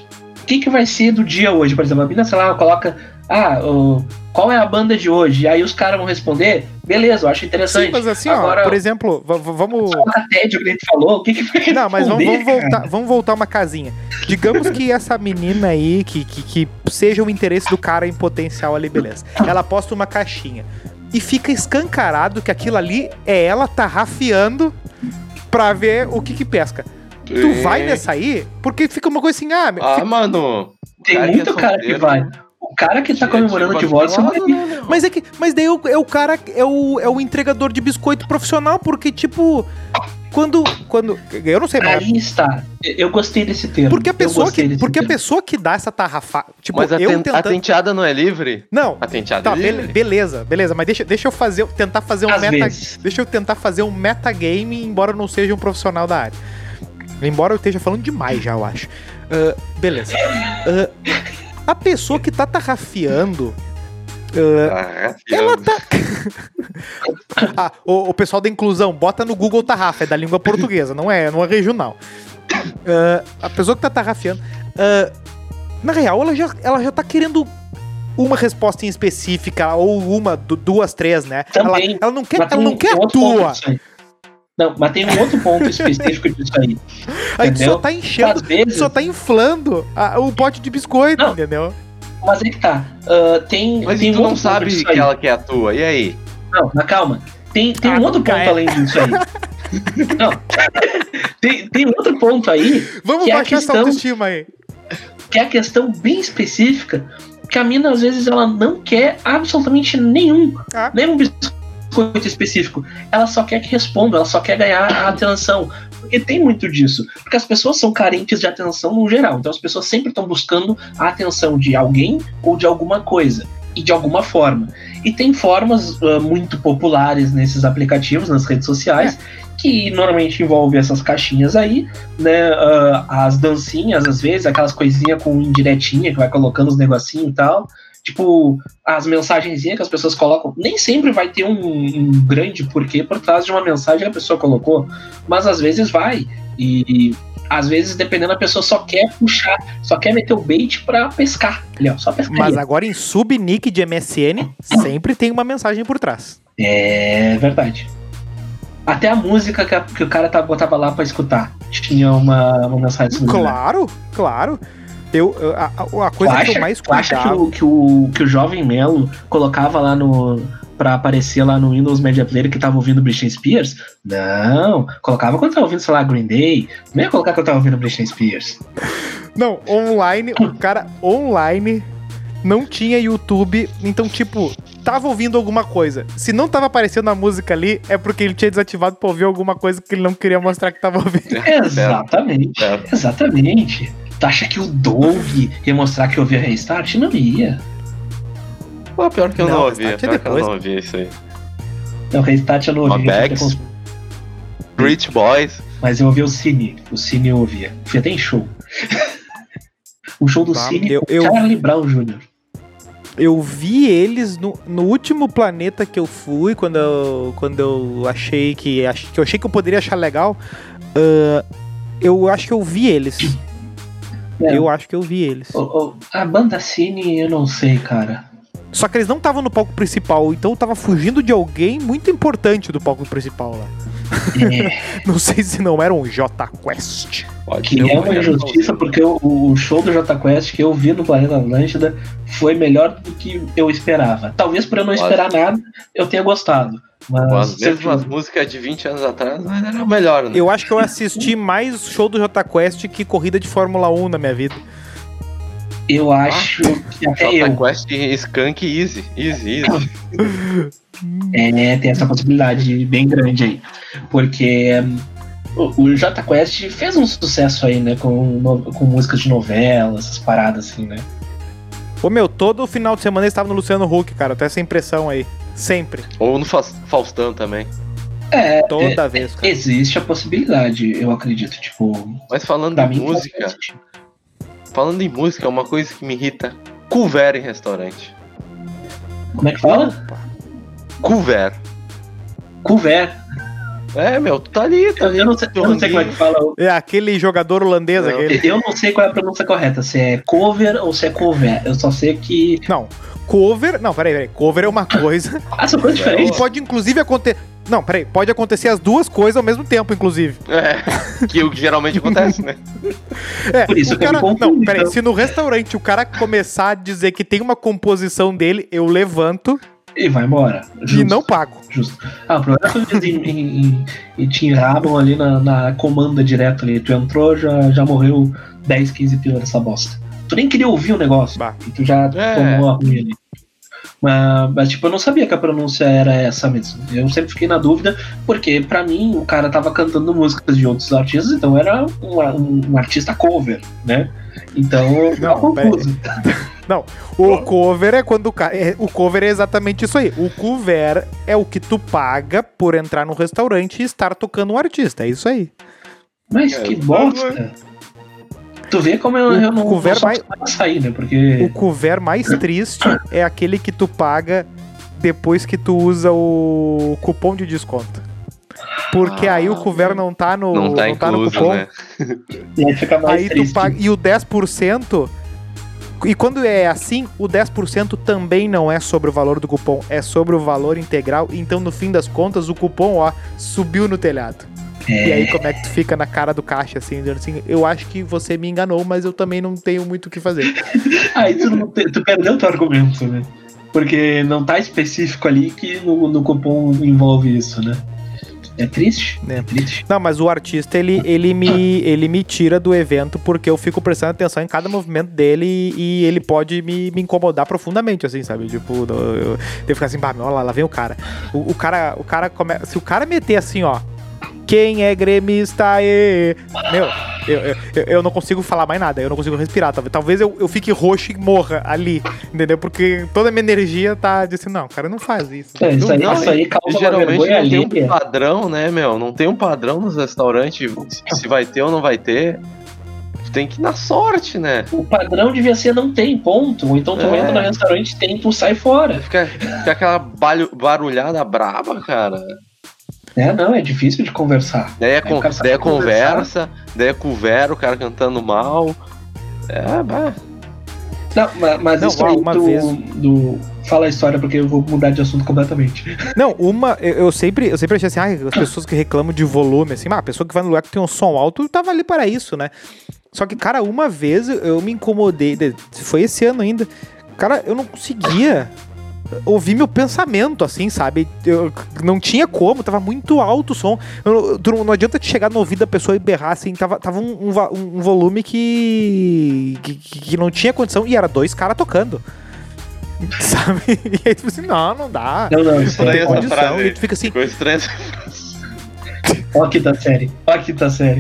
S3: o que, que vai ser do dia hoje? Por exemplo, a mina, sei lá, coloca. Ah, o- qual é a banda de hoje? E aí os caras vão responder. Beleza, eu acho interessante.
S1: Sim, mas assim,
S3: Agora,
S1: ó, por exemplo, v- v- vamos.
S3: coloca tédio que a gente falou. O que, que vai
S1: Não, mas vamos, vamos
S3: responder, cara?
S1: voltar, vamos voltar uma casinha. Digamos que essa menina aí, que, que, que seja o interesse do cara em potencial ali, beleza. Ela posta uma caixinha. E fica escancarado que aquilo ali é ela tarrafiando pra ver o que que pesca. Tu
S2: É.
S1: vai nessa aí, porque fica uma coisa assim, ah, meu,
S2: Ah, mano. o
S3: Tem
S2: cara que
S3: muito
S2: é
S3: cara que
S2: solteiro,
S3: vai. O cara que tá
S2: tira-
S3: comemorando o
S2: tira
S3: divórcio.
S2: pra lado,
S3: vai-
S2: né, meu?
S1: Mas é que, mas daí é o, é o cara, é o, é o entregador de biscoito profissional, porque, tipo, quando, quando, eu não sei, mas,
S3: Aí está. Eu gostei desse termo.
S1: porque a
S3: Eu
S1: pessoa
S3: gostei
S1: que,
S3: desse
S1: porque a
S3: termo.
S1: pessoa que dá essa tarrafa, tipo,
S2: Mas a,
S1: eu
S2: ten- a
S1: tentando,
S2: tenteada não é livre?
S1: não,
S2: A tenteada
S1: tá,
S2: é
S1: be-
S2: livre?
S1: beleza, beleza, mas deixa, deixa eu fazer, tentar fazer um
S3: Às
S1: meta,
S3: vezes.
S1: deixa eu tentar fazer um metagame, embora eu não seja um profissional da área, embora eu esteja falando demais já, eu acho. Ah, beleza. Ah, a pessoa que tá tarrafiando,
S2: Ah,
S1: ela tá. Ah, o, o pessoal da inclusão, bota no Google tarrafa, é da língua portuguesa, não é, não é regional. Ah, a pessoa que tá tarrafiando, ah, na real, ela já, ela já tá querendo uma resposta em específica, ou uma, du- duas, três, né? Ela,
S3: Também.
S1: ela não quer,
S3: Mas
S1: ela
S3: tem
S1: não
S3: um
S1: quer a
S3: outro ponto
S1: tua.
S3: disso aí. Não, mas tem um outro ponto específico disso aí.
S1: A gente só
S3: entendeu?
S1: tá enchendo,
S3: Às vezes,
S1: só tá inflando a- o pote de biscoito,
S3: Não.
S1: entendeu?
S3: mas é que tá. Ah, tem
S2: Mas
S3: tem
S2: e
S3: um
S2: tu não
S3: outro ponto
S2: sabe
S3: disso
S2: que
S3: aí.
S2: ela quer a tua, e aí?
S3: Não, mas calma. Tem, tem
S1: Ah,
S3: um outro
S1: nunca
S3: ponto
S1: é.
S3: além disso aí. Não. tem, tem outro ponto aí,
S1: Vamos
S3: Que é a
S1: baixar essa
S3: questão-
S1: autoestima aí.
S3: que é a questão bem específica, que a mina, às vezes, ela não quer absolutamente nenhum.
S1: Ah.
S3: Nenhum biscoito específico. Ela só quer que responda, ela só quer ganhar a atenção. Porque tem muito disso. Porque as pessoas são carentes de atenção no geral. Então as pessoas sempre estão buscando a atenção de alguém ou de alguma coisa. E de alguma forma. E tem formas ah, muito populares nesses aplicativos, nas redes sociais, que normalmente envolve essas caixinhas aí, né? ah, as dancinhas, às vezes, aquelas coisinhas com indiretinha que vai colocando os negocinhos e tal. Tipo, as mensagenzinhas que as pessoas colocam, nem sempre vai ter um, um grande porquê por trás de uma mensagem que a pessoa colocou, mas às vezes vai. E, e às vezes, dependendo, a pessoa só quer puxar, só quer meter o bait pra pescar. Ali, ó, só pescar.
S1: Mas agora em subnick de M S N, sempre tem uma mensagem por trás.
S3: É verdade. Até a música que, a- que o cara tava, botava lá pra escutar tinha uma, uma mensagem subliminar.
S1: Claro, claro. Eu, eu- a, a- a
S3: Tu
S1: coisa
S3: acha,
S1: que eu mais
S3: tu acha que,
S1: cuidava.
S3: o, que, o, que o Jovem Melo colocava lá no. Pra aparecer lá no Windows Media Player que tava ouvindo Britney Spears? Não. Colocava quando tava ouvindo, sei lá, Green Day. Não ia colocar quando tava ouvindo Britney Spears.
S1: Não, online, o cara online não tinha YouTube, então, tipo, tava ouvindo alguma coisa. Se não tava aparecendo a música ali, é porque ele tinha desativado pra ouvir alguma coisa que ele não queria mostrar que tava ouvindo.
S3: Exatamente.
S2: Certo.
S3: Exatamente. Tu acha que o Doug ia mostrar que ouvia Restart? Não ia.
S2: Pô, pior que eu não,
S1: Não,
S2: ouvi,
S1: Restart é
S2: pior que eu
S1: depois.
S2: não ouvi isso aí.
S3: Não, Restart eu não
S2: Uma
S3: ouvia.
S2: Bags. Rich Boys.
S3: Mas eu ouvia o Cine. O Cine eu ouvia. Fui até em show. O show do
S1: Tá,
S3: Cine
S1: eu-
S3: com
S1: eu-
S3: Charlie Brown Júnior
S1: Eu vi eles no, no último planeta que eu fui, quando eu, quando eu achei que, ach- que eu achei que eu poderia achar legal. Ah, Eu acho que eu vi eles.
S3: É.
S1: Eu acho que eu vi eles.
S3: O- o- a banda Cine, eu não sei, cara.
S1: Só que eles não estavam no palco principal, então eu tava fugindo de alguém muito importante do palco principal lá.
S3: É,
S1: Não sei se não era um J Quest.
S2: Pode
S3: que
S2: ser
S3: é
S2: um
S3: uma injustiça, porque o, o show do Jota Quest que eu vi no Planeta Atlântida foi melhor do que eu esperava. Talvez por eu não
S2: Quase.
S3: esperar nada, eu tenha gostado. Mas
S2: As
S3: você-
S2: mesmas músicas de vinte anos atrás, mas era o melhor, né?
S1: Eu acho que eu assisti mais show do J Quest que corrida de Fórmula um na minha vida.
S3: eu acho que até eu.
S2: Jota Quest e Skunk Easy. Easy, easy.
S3: É, tem essa possibilidade bem grande aí. Porque hum, o, o Jota Quest fez um sucesso aí, né? Com, no- com músicas de novela, essas paradas assim, né?
S1: Ô meu, todo final de semana eles estavam no Luciano Huck, cara. Eu tenho essa impressão aí. Sempre.
S2: Ou no Fa- Faustão também.
S3: É,
S1: Toda
S3: é,
S1: vez, cara.
S3: existe a possibilidade, eu acredito. Tipo,
S2: Mas falando
S3: pra
S2: em
S3: mim,
S2: música,
S3: faz sentido.
S2: falando em música, é uma coisa que me irrita. Cover em restaurante.
S3: Como é que fala?
S1: Opa.
S2: Cover.
S3: Couvert.
S2: É, meu, tu tá ali, tá ali.
S3: Eu não sei, eu não sei como é que fala.
S1: É aquele jogador holandês,
S2: Não.
S1: aquele.
S3: Eu não sei qual é a pronúncia correta, se é cover ou se é couvert. Eu só sei que.
S1: Não, cover. Não, peraí, peraí. Cover é uma coisa.
S3: Ah, são coisas
S1: E
S3: diferentes.
S1: pode inclusive acontecer. Não, peraí, pode acontecer as duas coisas ao mesmo tempo, inclusive.
S2: É, que o que geralmente acontece, né?
S1: É,
S3: Por isso
S1: o
S3: que eu
S1: cara.
S3: me confundo,
S1: Não, peraí,
S3: então.
S1: se no restaurante o cara começar a dizer que tem uma composição dele, eu levanto
S3: E vai embora.
S1: e
S3: Justo,
S1: não pago.
S3: Justo. Ah, o problema é que eles em- em- em- e te enrabam ali na, na comanda direto ali. Tu entrou, já, já morreu dez, quinze pila dessa bosta. Tu nem queria ouvir o negócio.
S1: Bah.
S3: E tu já
S2: É.
S3: tomou a ruim ali. Mas, mas, tipo, eu não sabia que a pronúncia era essa mesmo. Eu sempre fiquei na dúvida, porque pra mim o cara tava cantando músicas de outros artistas, então era um, um, um artista cover, né? Então eu tava
S1: Não, pera
S3: confuso.
S1: Não, o cover é quando o cara. é- o cover é exatamente isso aí. O cover é o que tu paga por entrar no restaurante e estar tocando um artista. É isso aí.
S3: Mas
S2: É,
S3: que
S2: por
S3: bosta! Tu vê como eu,
S1: O
S3: eu não
S1: cover
S3: não sou
S1: vai-
S3: acostumado a sair, né? Porque.
S1: O cover mais triste é aquele que tu paga depois que tu usa o cupom de desconto. Porque aí o cover não tá no,
S2: Não tá
S1: no
S2: incluso,
S1: cupom.
S2: né?
S3: E aí fica mais
S1: Aí tu
S3: triste.
S1: paga. E o dez por cento. E quando é assim, o dez por cento também não é sobre o valor do cupom, é sobre o valor integral. Então, no fim das contas, o cupom, ó, subiu no telhado.
S3: É.
S1: E aí, como é que tu fica na cara do caixa, assim, dizendo assim, eu acho que você me enganou, mas eu também não tenho muito o que fazer.
S3: Aí tu, não te- tu perdeu teu argumento, né? Porque não tá específico ali que no, no cupom envolve isso, né? É triste?
S1: É.
S3: É triste.
S1: Não, mas o artista, ele, ele, me, ele me tira do evento porque eu fico prestando atenção em cada movimento dele e, e ele pode me, me incomodar profundamente, assim, sabe? Tipo, eu, eu, eu fico assim, bah, meu, lá, lá vem o cara. O, o cara, o cara come... Se o cara meter assim, ó, quem é gremista, ê? Meu, eu, eu, eu- eu não consigo falar mais nada, eu não consigo respirar. Talvez, talvez eu, eu fique roxo e morra ali, entendeu? Porque toda a minha energia tá dizendo, não, cara, não faz isso.
S3: É, isso aí,
S2: Não,
S3: isso aí causa uma
S2: Geralmente
S3: vergonha
S2: não tem
S3: alheia.
S2: um padrão, né, meu? Não tem um padrão nos restaurantes se- se vai ter ou não vai ter. Tu tem que ir na sorte, né?
S3: O padrão devia ser não tem, ponto. Ou então tu
S2: É.
S3: entra no restaurante, tem, tu sai fora.
S2: Fica, fica aquela balho- barulhada braba, cara.
S3: É, não, é difícil de conversar.
S2: Daí é,
S3: Aí
S2: con
S3: o cara sabe
S2: daí é
S3: conversar.
S2: conversa, daí é cover, o cara cantando mal. É, bah.
S3: Não, ma- mas
S1: Não,
S3: isso
S1: ó,
S3: aí
S1: uma
S3: do,
S1: vez-
S3: do- Fala a história, porque eu vou mudar de assunto completamente.
S1: Não, uma, eu, eu sempre, eu sempre achei assim, ah, as pessoas que reclamam de volume, assim, ah, a pessoa que vai no lugar que tem um som alto tava ali para isso, né? Só que, cara, uma vez eu- eu me incomodei, de- foi esse ano ainda, cara, eu não conseguia ouvir meu pensamento, assim, sabe? Eu não tinha como, tava muito alto o som. Eu- tu não, não adianta te chegar no ouvido da pessoa e berrar, assim, tava, tava um, um va- um volume que, que, que não tinha condição, e era dois caras tocando. Sabe? E aí tu assim, não, não dá.
S3: Não, não, isso
S1: Não
S3: aí
S1: tem
S2: essa
S3: pode.
S1: condição.
S2: frase.
S1: E tu fica assim,
S2: Ficou estranho.
S3: Ó a quinta série. Ó a quinta série.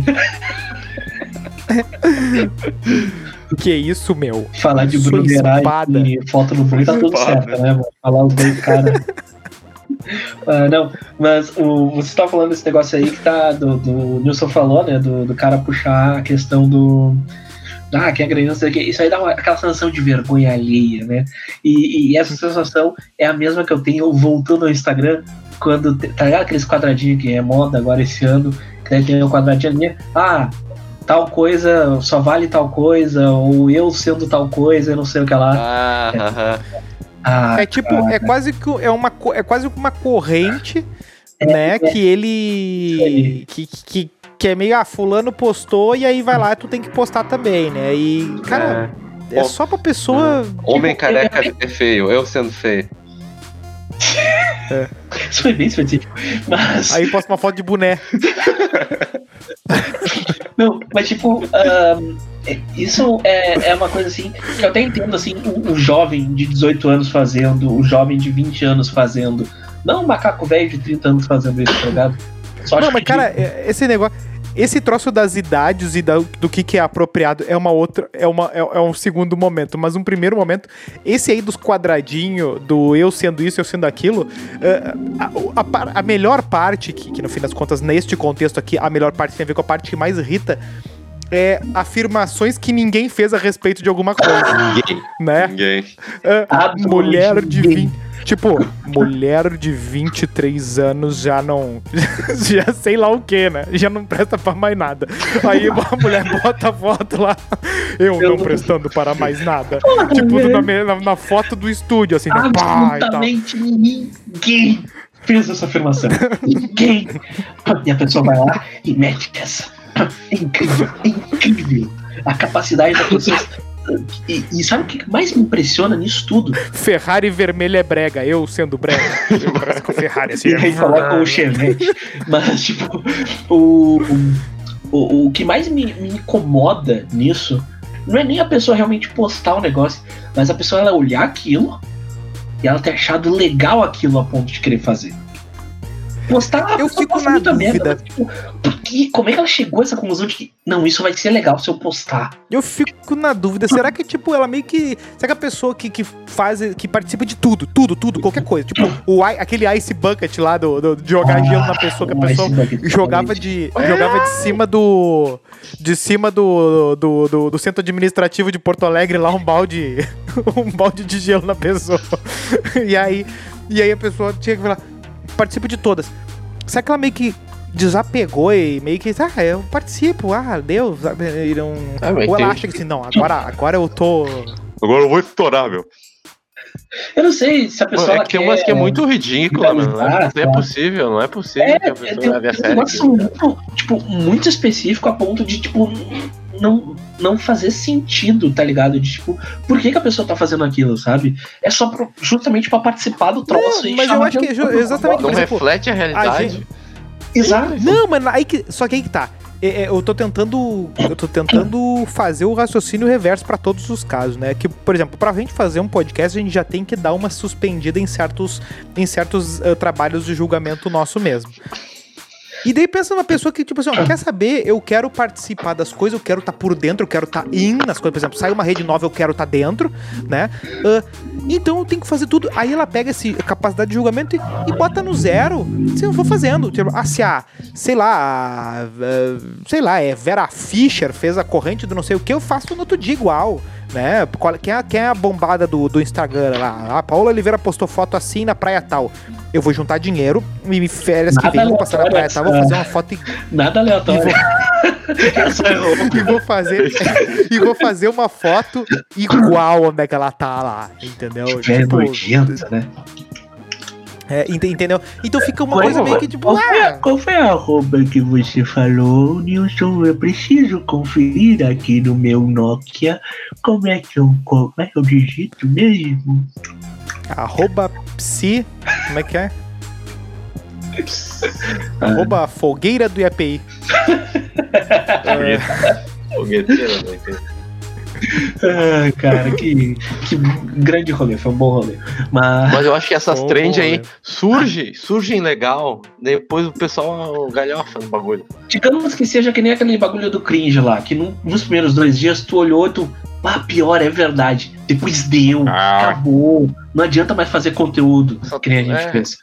S1: que isso, meu?
S3: Falar de
S1: Sou
S3: Bruno Gerais
S1: espada.
S3: e foto no Bruno tá tudo
S2: Espada.
S3: certo, né, mano? Falar os dois caras. Ah, não, mas o, você tá falando desse negócio aí que tá. Do, do Nilson falou, né? Do, do cara puxar a questão do. Ah, quem é grande, não sei o que. Isso aí dá uma, aquela sensação de vergonha alheia, né? E, e essa sensação é a mesma que eu tenho voltando ao Instagram, quando. te- Tá ligado aqueles quadradinhos que é moda agora esse ano? Que daí tem um quadradinho ali. Ah, tal coisa só vale tal coisa, ou eu sendo tal coisa, eu não sei o que lá.
S2: Ah,
S3: é.
S2: aham.
S3: Ah,
S1: É tipo,
S3: cara.
S1: é quase que é uma, co- é quase uma corrente,
S3: É,
S1: né?
S3: é.
S1: Que ele. Que, que, que é meio, ah, fulano postou e aí vai lá e tu tem que postar também, né? E, cara, é,
S2: É.
S1: só pra pessoa.
S2: Homem
S3: Tipo,
S2: careca
S3: eu-
S2: é feio, eu sendo feio.
S3: Isso foi bem específico. Mas.
S1: Aí posta uma foto de boné.
S3: Não, mas tipo, ahn, é- isso é, é uma coisa assim, que eu até entendo assim, o, o jovem de dezoito anos fazendo, o jovem de vinte anos fazendo, não um macaco velho de trinta anos fazendo isso, tá ligado? Só
S1: Não,
S3: acho
S1: mas
S3: que-
S1: cara, é- esse negócio. Esse troço das idades e da- do que, que é apropriado é uma outra. É, uma, é, é um segundo momento. Mas um primeiro momento, esse aí dos quadradinhos, do eu sendo isso, eu sendo aquilo, é, a, a par- a melhor parte, que, que no fim das contas, neste contexto aqui, a melhor parte tem a ver com a parte que mais irrita, é afirmações que ninguém fez a respeito de alguma coisa,
S2: Ninguém.
S1: né?
S2: Ninguém.
S1: É,
S3: Absolutamente
S1: mulher de
S3: ninguém.
S1: vinte. Tipo, mulher de vinte e três anos já não. Já sei lá o que, né? Já não presta pra mais nada. Aí a mulher bota a foto lá. Eu não prestando para mais nada. Tipo, na, me- na- na foto do estúdio, assim, né? Pá, e tal.
S3: Absolutamente ninguém fez essa afirmação. Ninguém. E a pessoa vai lá e mete essa. É incrível, é incrível. A capacidade da pessoa. E, e sabe o que mais me impressiona nisso tudo?
S1: Ferrari vermelha é brega, eu sendo brega. Eu parece com Ferrari assim.
S3: E aí coloca o Chevette. Mas, tipo, o, o, o que mais me, me incomoda nisso não é nem a pessoa realmente postar o negócio, mas a pessoa ela olhar aquilo e ela ter achado legal aquilo a ponto de querer fazer. Postar,
S1: Eu
S3: postar
S1: fico na
S3: muita
S1: dúvida.
S3: merda, mas, tipo, por que, como é que ela chegou a essa conclusão de que não, isso vai ser legal se eu postar?
S1: Eu fico na dúvida, será que, tipo, ela meio que... Será que a pessoa que, que faz, que participa de tudo, tudo, tudo, qualquer coisa, tipo, o, i- aquele ice bucket lá, do, do- de jogar gelo na pessoa, que a
S3: Ah,
S1: pessoa
S3: esse bucket,
S1: jogava de, jogava de cima do... De cima do, do, do, do centro administrativo de Porto Alegre, lá um balde, um balde de gelo na pessoa. E aí, e aí a pessoa tinha que falar, participa de todas. Será que ela meio que desapegou e meio que, ah, eu participo, ah, Deus, sabe, e não...
S2: Ah, mas
S1: Ou ela
S2: tem-
S1: acha que assim, não, agora, agora eu tô...
S2: Agora eu vou estourar, meu.
S3: Eu não sei se a pessoa.
S2: É
S3: ela
S2: que tem
S3: quer-
S2: umas que é muito ridícula, mano. Não é, não é
S3: claro.
S2: possível, não é possível
S3: É,
S2: que a
S3: tem,
S2: pessoa
S3: tem
S2: leve a
S3: um
S2: sério.
S3: negócio muito, tipo, muito específico a ponto de, tipo, não, não fazer sentido, tá ligado? De, tipo, por que, que a pessoa tá fazendo aquilo, sabe? É só pro- justamente pra participar do troço.
S1: Não,
S3: e
S1: mas eu
S3: chamar
S1: acho que é ju-
S3: atenção.
S1: exatamente
S2: Não
S1: por exemplo,
S2: reflete a realidade.
S1: gente-
S3: Exato.
S1: Não, mas aí que, só que aí que tá. É, é, eu tô tentando, eu tô tentando fazer o raciocínio reverso pra todos os casos, né? Que, por exemplo, pra gente fazer um podcast, a gente já tem que dar uma suspendida em certos, em certos eh, trabalhos de julgamento nosso mesmo. E daí pensa numa pessoa que, tipo assim, ó, quer saber, eu quero participar das coisas, eu quero estar por dentro, eu quero estar in nas coisas, por exemplo, sai uma rede nova, eu quero estar dentro, né? Ah, então eu tenho que fazer tudo. Aí ela pega essa capacidade de julgamento e, e bota no zero. Assim, eu vou fazendo. Tipo, ah, se a, sei lá, a, a, sei lá, é Vera Fischer fez a corrente do não sei o que, eu faço no outro dia igual, né? Qual- Quem é, quem é a bombada do, do Instagram lá? A Paola Oliveira postou foto assim na praia tal. Eu vou juntar dinheiro e férias que
S3: Nada
S1: vem, vou passar na praia tal, vou fazer uma foto e
S3: Nada aleatório.
S1: e vou fazer e vou fazer uma foto igual onde é que ela tá lá, entendeu?
S3: É
S1: Tipo,
S3: nojenta, né?
S1: é, ent- entendeu? Então fica uma
S3: Qual-
S1: coisa meio que tipo,
S3: Qual foi, a,
S1: ah,
S3: qual foi a arroba que você falou, Nilson? Eu preciso conferir aqui no meu Nokia como é que eu, como é que eu digito mesmo.
S1: arroba psi, como é que é?
S3: Ah.
S1: Arroba fogueira do I A P I.
S2: Fogueteira, né?
S3: Ah, cara, que, que grande rolê, foi um bom rolê. Mas,
S2: Mas eu acho que essas
S1: Bom,
S2: trends
S1: bom,
S2: aí
S1: né?
S2: surgem, surgem legal, depois o pessoal galhofa no bagulho.
S3: digamos que seja que nem aquele bagulho do cringe lá, que no- nos primeiros dois dias tu olhou e tu, ah, pior, é verdade. Depois deu,
S2: Ah.
S3: acabou. Não adianta mais fazer conteúdo,
S2: Só-
S3: que nem a gente
S2: é.
S3: fez.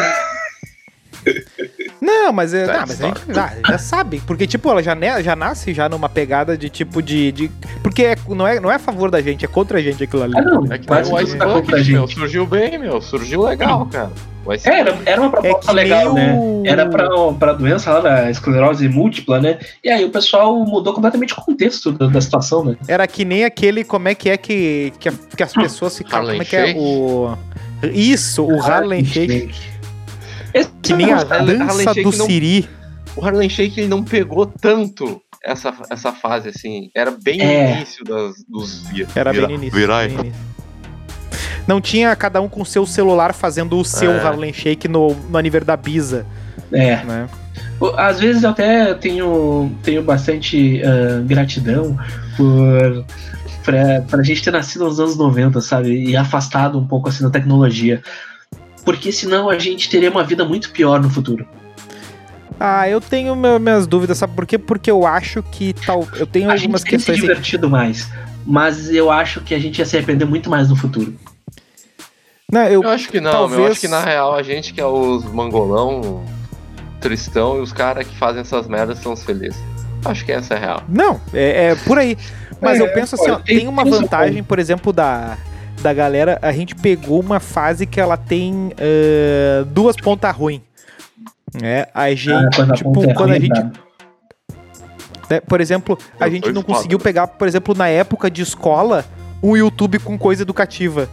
S1: Não, mas, é,
S2: Tá,
S1: não, mas a gente já, já sabe, porque tipo, ela já, ne- já nasce já numa pegada de tipo de, de porque é, não, é, não é a favor da gente, é contra a gente aquilo ali.
S3: Ah, não,
S2: É que
S3: quase
S2: o
S3: tudo
S2: Ice
S3: tá contra a
S2: Bucket, meu,
S3: gente.
S2: surgiu bem, meu, surgiu legal, cara. Vai ser.
S3: É, era, era uma proposta
S1: É que
S3: legal,
S1: nem
S3: né?
S1: o-
S3: Era pra, pra doença lá da esclerose múltipla, né? E aí o pessoal mudou completamente o contexto da, da situação, né?
S1: Era que nem aquele, como é que é que, que, a- que as pessoas ficavam, como é que é
S2: Harlem
S1: o... Isso, o Harlem Shake,
S3: Esse
S1: que nem a
S2: Harlem-
S1: dança
S2: Harlem Shake
S1: do
S2: não-
S1: Siri.
S2: O Harlem Shake ele não pegou tanto essa, essa fase, assim. Era bem
S3: É.
S2: no início das, dos vi-
S1: Era
S2: vira-
S1: bem no início.
S2: virais.
S1: bem no início. Não tinha cada um com seu celular fazendo o seu
S2: É.
S1: Harlem Shake no, no aniversário da Bisa,
S3: É.
S1: né?
S3: Às vezes eu até tenho, tenho bastante ah, gratidão por pra, pra gente ter nascido nos anos noventa, sabe? E afastado um pouco assim da tecnologia. Porque senão a gente teria uma vida muito pior no futuro.
S1: Ah, eu tenho meu- minhas dúvidas, sabe por quê? Porque eu acho que tal. Eu tenho
S3: A
S1: algumas
S3: gente teria se
S1: questões.
S3: divertido mais. Mas eu acho que a gente ia se arrepender muito mais no futuro.
S1: Não, eu,
S2: Eu acho que não,
S1: Talvez-
S2: meu. Eu acho que na real a gente que é os mangolão, tristão, e os caras que fazem essas merdas são os felizes. Acho que essa é a real.
S1: Não, é, é por aí. Mas
S3: É,
S1: eu penso assim, ó,
S3: tem-
S1: tem uma
S3: tem seu
S1: vantagem, por exemplo, da, da galera. A gente pegou uma fase que ela tem eh, duas pontas ruins. É, a gente,
S3: Ah, quando a
S1: tipo,
S3: ponta é
S1: quando
S3: ruim,
S1: a gente,
S3: tá?
S1: né, por exemplo, a
S2: Eu
S1: gente
S2: tô
S1: não
S2: espada.
S1: conseguiu pegar, por exemplo, na época de escola, um YouTube com coisa educativa.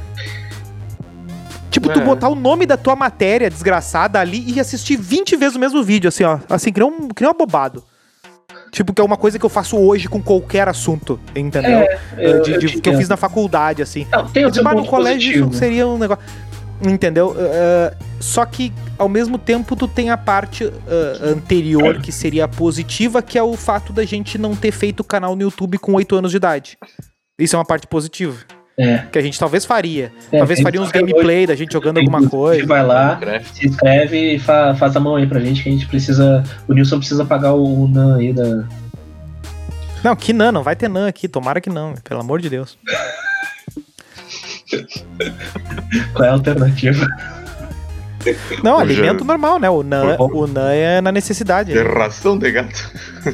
S1: Tipo, tu
S2: É.
S1: botar o nome da tua matéria desgraçada ali e assistir vinte vezes o mesmo vídeo, assim, ó. Assim, que nem um, que nem um abobado. Tipo, que é uma coisa que eu faço hoje com qualquer assunto, entendeu?
S3: É, eu-
S1: de,
S3: eu
S1: de-
S3: te
S1: que eu
S3: entendo.
S1: fiz na faculdade, assim.
S3: Não, tem o seu
S1: Mas no
S3: ponto
S1: colégio
S3: positivo.
S1: isso seria um negócio. Entendeu? Uh, só que, ao mesmo tempo, tu tem a parte uh, anterior que seria positiva, que é o fato da gente não ter feito canal no YouTube com oito anos de idade. Isso é uma parte positiva.
S3: É.
S1: Que a gente talvez faria.
S3: É,
S1: talvez
S3: tem
S1: faria uns
S3: que fazer
S1: gameplay da gente jogando alguma
S3: Você
S1: coisa.
S3: vai lá,
S2: Minecraft.
S3: se inscreve e fa- faz a mão aí pra gente, que a gente precisa. O Nilson precisa pagar o Nan aí da.
S1: Não, que não, não vai ter não aqui. Tomara que não, pelo amor de Deus.
S3: Qual é a alternativa?
S1: Não,
S2: Eu
S1: alimento
S2: já-
S1: normal, né? O nan, o nan é na necessidade.
S2: De
S1: Né?
S2: ração de gato.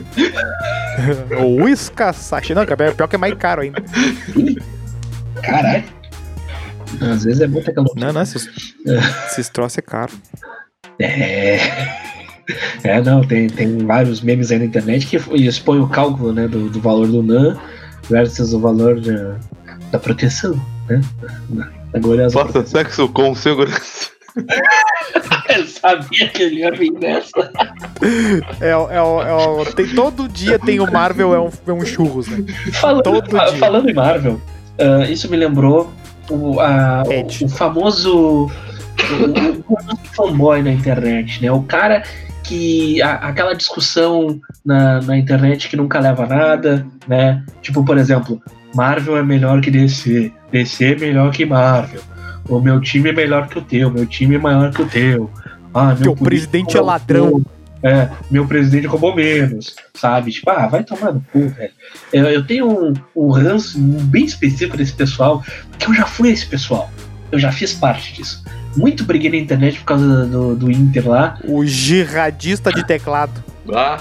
S1: O escaçache. Não, cara, pior que é mais caro ainda.
S3: Caralho. Às vezes é bom ter calor.
S1: Não, não, esses, esses troços é caro.
S3: É. É, não, tem, tem vários memes aí na internet que expõem o cálculo, né, do, do valor do Nan versus o valor de, da proteção, né? Agora as
S2: Faça sexo com segurança.
S3: Eu sabia que ele ia vir nessa.
S1: É, o- é, o- é, o- tem, todo dia tem o Marvel, é um, é um churros, né?
S3: Falando,
S1: Todo
S3: fa-
S1: dia.
S3: falando em Marvel, ah, isso me lembrou o, a- o-
S1: Ed.
S3: o famoso o, o famoso fanboy na internet, né? O cara que a- aquela discussão na, na internet que nunca leva a nada, né? Tipo, por exemplo, Marvel é melhor que D C, D C é melhor que Marvel. O meu time é melhor que o teu, meu time é maior que o teu. Ah, meu
S1: Teu
S3: político
S1: presidente é
S3: roubou-
S1: ladrão.
S3: É, meu presidente roubou menos, sabe? Tipo, ah, vai tomar no cu, velho. Eu, eu tenho um, um ranço bem específico desse pessoal, porque eu já fui esse pessoal. Eu já fiz parte disso. Muito briguei na internet por causa do, do Inter lá.
S1: O jihadista de teclado.
S2: Ah,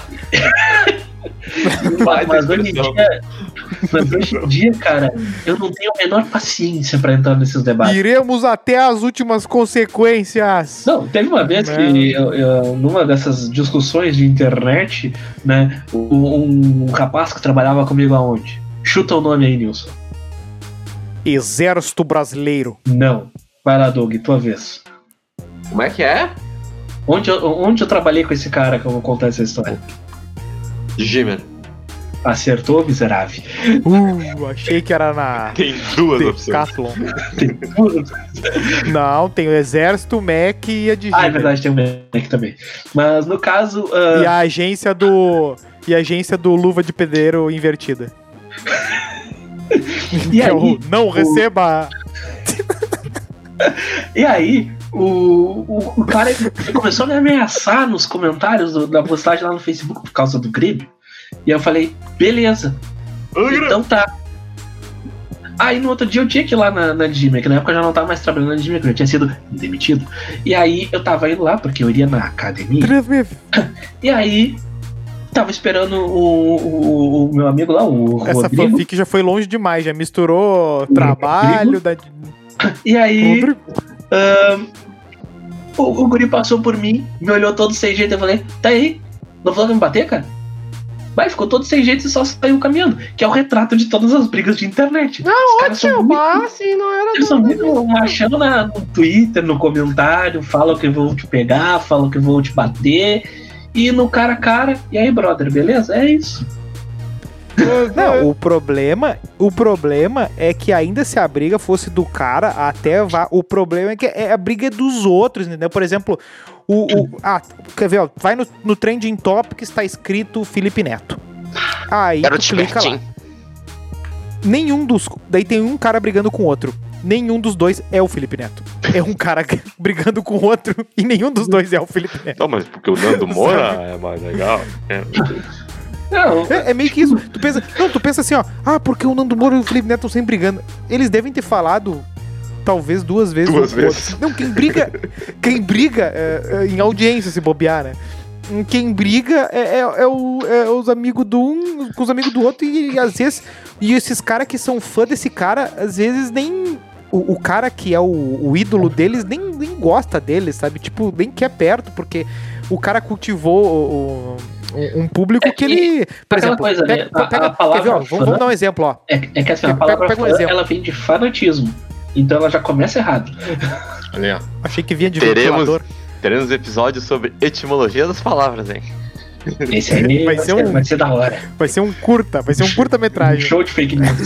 S3: Mas,
S2: Baita
S3: hoje em
S2: expressão.
S3: dia, mas hoje em dia, cara, eu não tenho a menor paciência pra entrar nesses debates.
S1: Iremos até as últimas consequências.
S3: Não, teve uma vez
S1: Não.
S3: que, eu, eu- numa dessas discussões de internet, né, um, um rapaz que trabalhava comigo aonde? Chuta o nome aí, Nilson.
S1: Exército Brasileiro.
S3: Não. Vai lá, Doug, tua vez.
S2: como é que é?
S3: Onde eu, onde eu trabalhei com esse cara que eu vou contar essa história?
S2: Gmail.
S3: Acertou, miserável.
S1: Uh, achei que era na
S2: Tem duas opções.
S1: Decathlon. Não, tem o Exército, o M E C e a Digimon.
S3: Ah, é verdade, tem um Mac também. Mas no caso. ah,
S1: E a agência do. E a agência do Luva de Pedreiro invertida.
S3: E
S1: Que é
S3: aí,
S1: o não receba.
S3: E aí, o, o, o cara começou a me ameaçar nos comentários do- da postagem lá no Facebook por causa do Grêmio. E eu falei, beleza, então tá. Aí no outro dia eu tinha que ir lá na, na Digimon, que na época eu já não tava mais trabalhando na Digimon, que eu já tinha sido demitido. E aí eu tava indo lá, porque eu iria na academia. E aí, tava esperando o, o, o meu amigo lá, o
S1: Essa
S3: Rodrigo.
S1: fanfic já foi longe demais, já misturou trabalho da.
S3: E aí,
S1: Rodrigo.
S3: ahn, o, o guri passou por mim, me olhou todo sem jeito, eu falei, tá aí, não falou que me bater, cara? Vai, ficou todo sem jeito e só saiu caminhando. Que é o retrato de todas as brigas de internet.
S2: Não, ótimo, mas assim, não era...
S3: Eles são muito machando na, no Twitter, no comentário, falam que vão te pegar, falam que vão te bater, e no cara a cara, e aí, brother, beleza? É isso.
S1: Não, o problema, o problema é que ainda se a briga fosse do cara, até vá, o problema é que é, a briga é dos outros, entendeu? Por exemplo, o, o ah, quer ver, ó, vai no, no Trending Topics, está escrito Felipe Neto. Aí
S2: Quero
S1: tu clica lá. Nenhum dos, daí tem um cara brigando com o outro. Nenhum dos dois é o Felipe Neto. É um cara brigando com o outro e nenhum dos dois é o Felipe Neto.
S2: Não, mas porque o Nando Moura é mais legal. É.
S3: Não.
S1: É, é meio que isso. Tu pensa, não, tu pensa assim, ó. Ah, porque o Nando Moura e o Felipe Neto estão sempre brigando. Eles devem ter falado, talvez, duas vezes.
S2: Duas vezes.
S1: Não, quem briga, quem briga é, é, em audiência, se bobear, né? Quem briga é, é, é, o, é os amigos do um com os amigos do outro. E, e às vezes, e esses caras que são fã desse cara, às vezes nem... O, o cara que é o, o ídolo deles nem, nem gosta deles, sabe? Tipo, nem quer perto, porque o cara cultivou o, o, um público é que, que ele... Por exemplo,
S3: coisa,
S1: pega,
S3: né? a,
S1: pega,
S3: a palavra
S1: ver, ó, vamos, vamos dar um exemplo, ó.
S3: É, é que assim, a palavra
S1: pega, pega um
S3: fã, ela vem de fanatismo. Então ela já começa errado.
S2: Olha, ó.
S1: Achei que vinha de
S2: teremos,
S1: ventilador.
S2: teremos episódios sobre etimologia das palavras, hein?
S3: Esse aí
S1: vai,
S3: vai,
S1: ser
S3: ser,
S1: um,
S3: vai ser da hora.
S1: Vai ser um curta, vai ser um curta-metragem.
S3: Um show de fake news.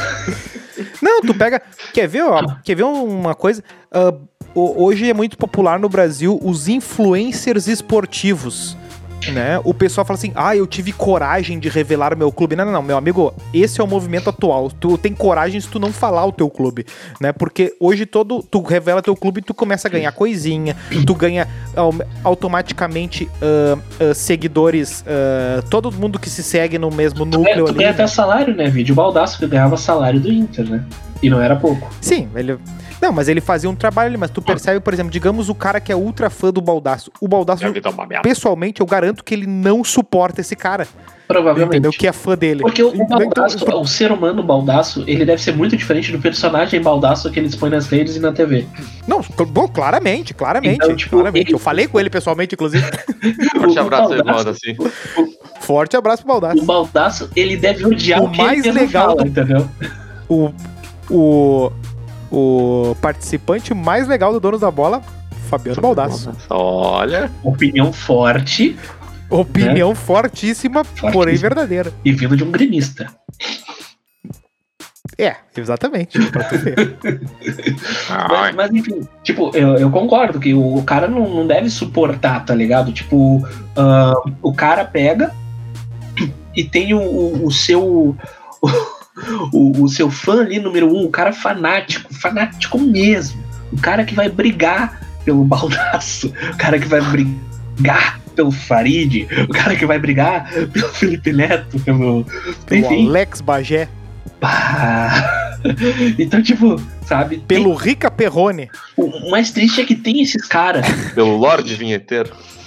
S1: Não, tu pega... Quer ver, ó? Quer ver uma coisa? Uh, hoje é muito popular no Brasil os influencers esportivos, né? O pessoal fala assim, ah, eu tive coragem de revelar o meu clube. Não, não, não, meu amigo, esse é o movimento atual. Tu tem coragem se tu não falar o teu clube, né? Porque hoje todo, tu revela teu clube e tu começa a ganhar coisinha, tu ganha automaticamente uh, uh, seguidores, uh, todo mundo que se segue no mesmo núcleo
S3: é, tu
S1: ali.
S3: ganha até salário, né? Vídeo Baldasso que ganhava salário do Inter, né? E não era pouco.
S1: Sim, ele... Não, mas ele fazia um trabalho ali, mas tu percebe, por exemplo, digamos o cara que é ultra fã do Baldasso. O Baldasso, pessoalmente, eu garanto que ele não suporta esse cara.
S3: Provavelmente.
S1: Entendeu? Que é fã dele.
S3: Porque o, o Baldasso,
S1: então,
S3: o ser humano Baldasso, ele deve ser muito diferente do personagem Baldasso que eles põem nas redes e na T V.
S1: Não, bom, claramente, claramente.
S3: Então, tipo,
S1: claramente.
S3: ele...
S1: Eu falei com ele pessoalmente, inclusive.
S2: Forte abraço aí, Baldasso. Assim.
S1: Forte abraço pro Baldasso.
S3: O Baldasso, ele deve odiar
S1: o,
S3: o que
S1: mais
S3: ele
S1: legal
S3: fala,
S1: do...
S3: entendeu?
S1: O... O... O participante mais legal do Donos da Bola, Fabiano Baldasso.
S2: Olha.
S3: Opinião forte.
S1: Opinião né? fortíssima, fortíssima, porém verdadeira.
S3: E vindo de um gremista.
S1: É, exatamente. Pra tu ver.
S3: mas, mas enfim, tipo, eu, eu concordo que o, o cara não, não deve suportar, tá ligado? Tipo, uh, o cara pega e tem o, o, o seu... O, O, o seu fã ali, número um, o cara fanático, fanático mesmo. O cara que vai brigar pelo Baldasso, o cara que vai brigar pelo Farid, o cara que vai brigar pelo Felipe Neto, pelo. Enfim.
S1: O Alex Bagé.
S3: Pá. Então, tipo, sabe?
S1: Pelo tem... Rica Perrone.
S3: O mais triste é que tem esses caras.
S2: Pelo Lorde Vinheteiro.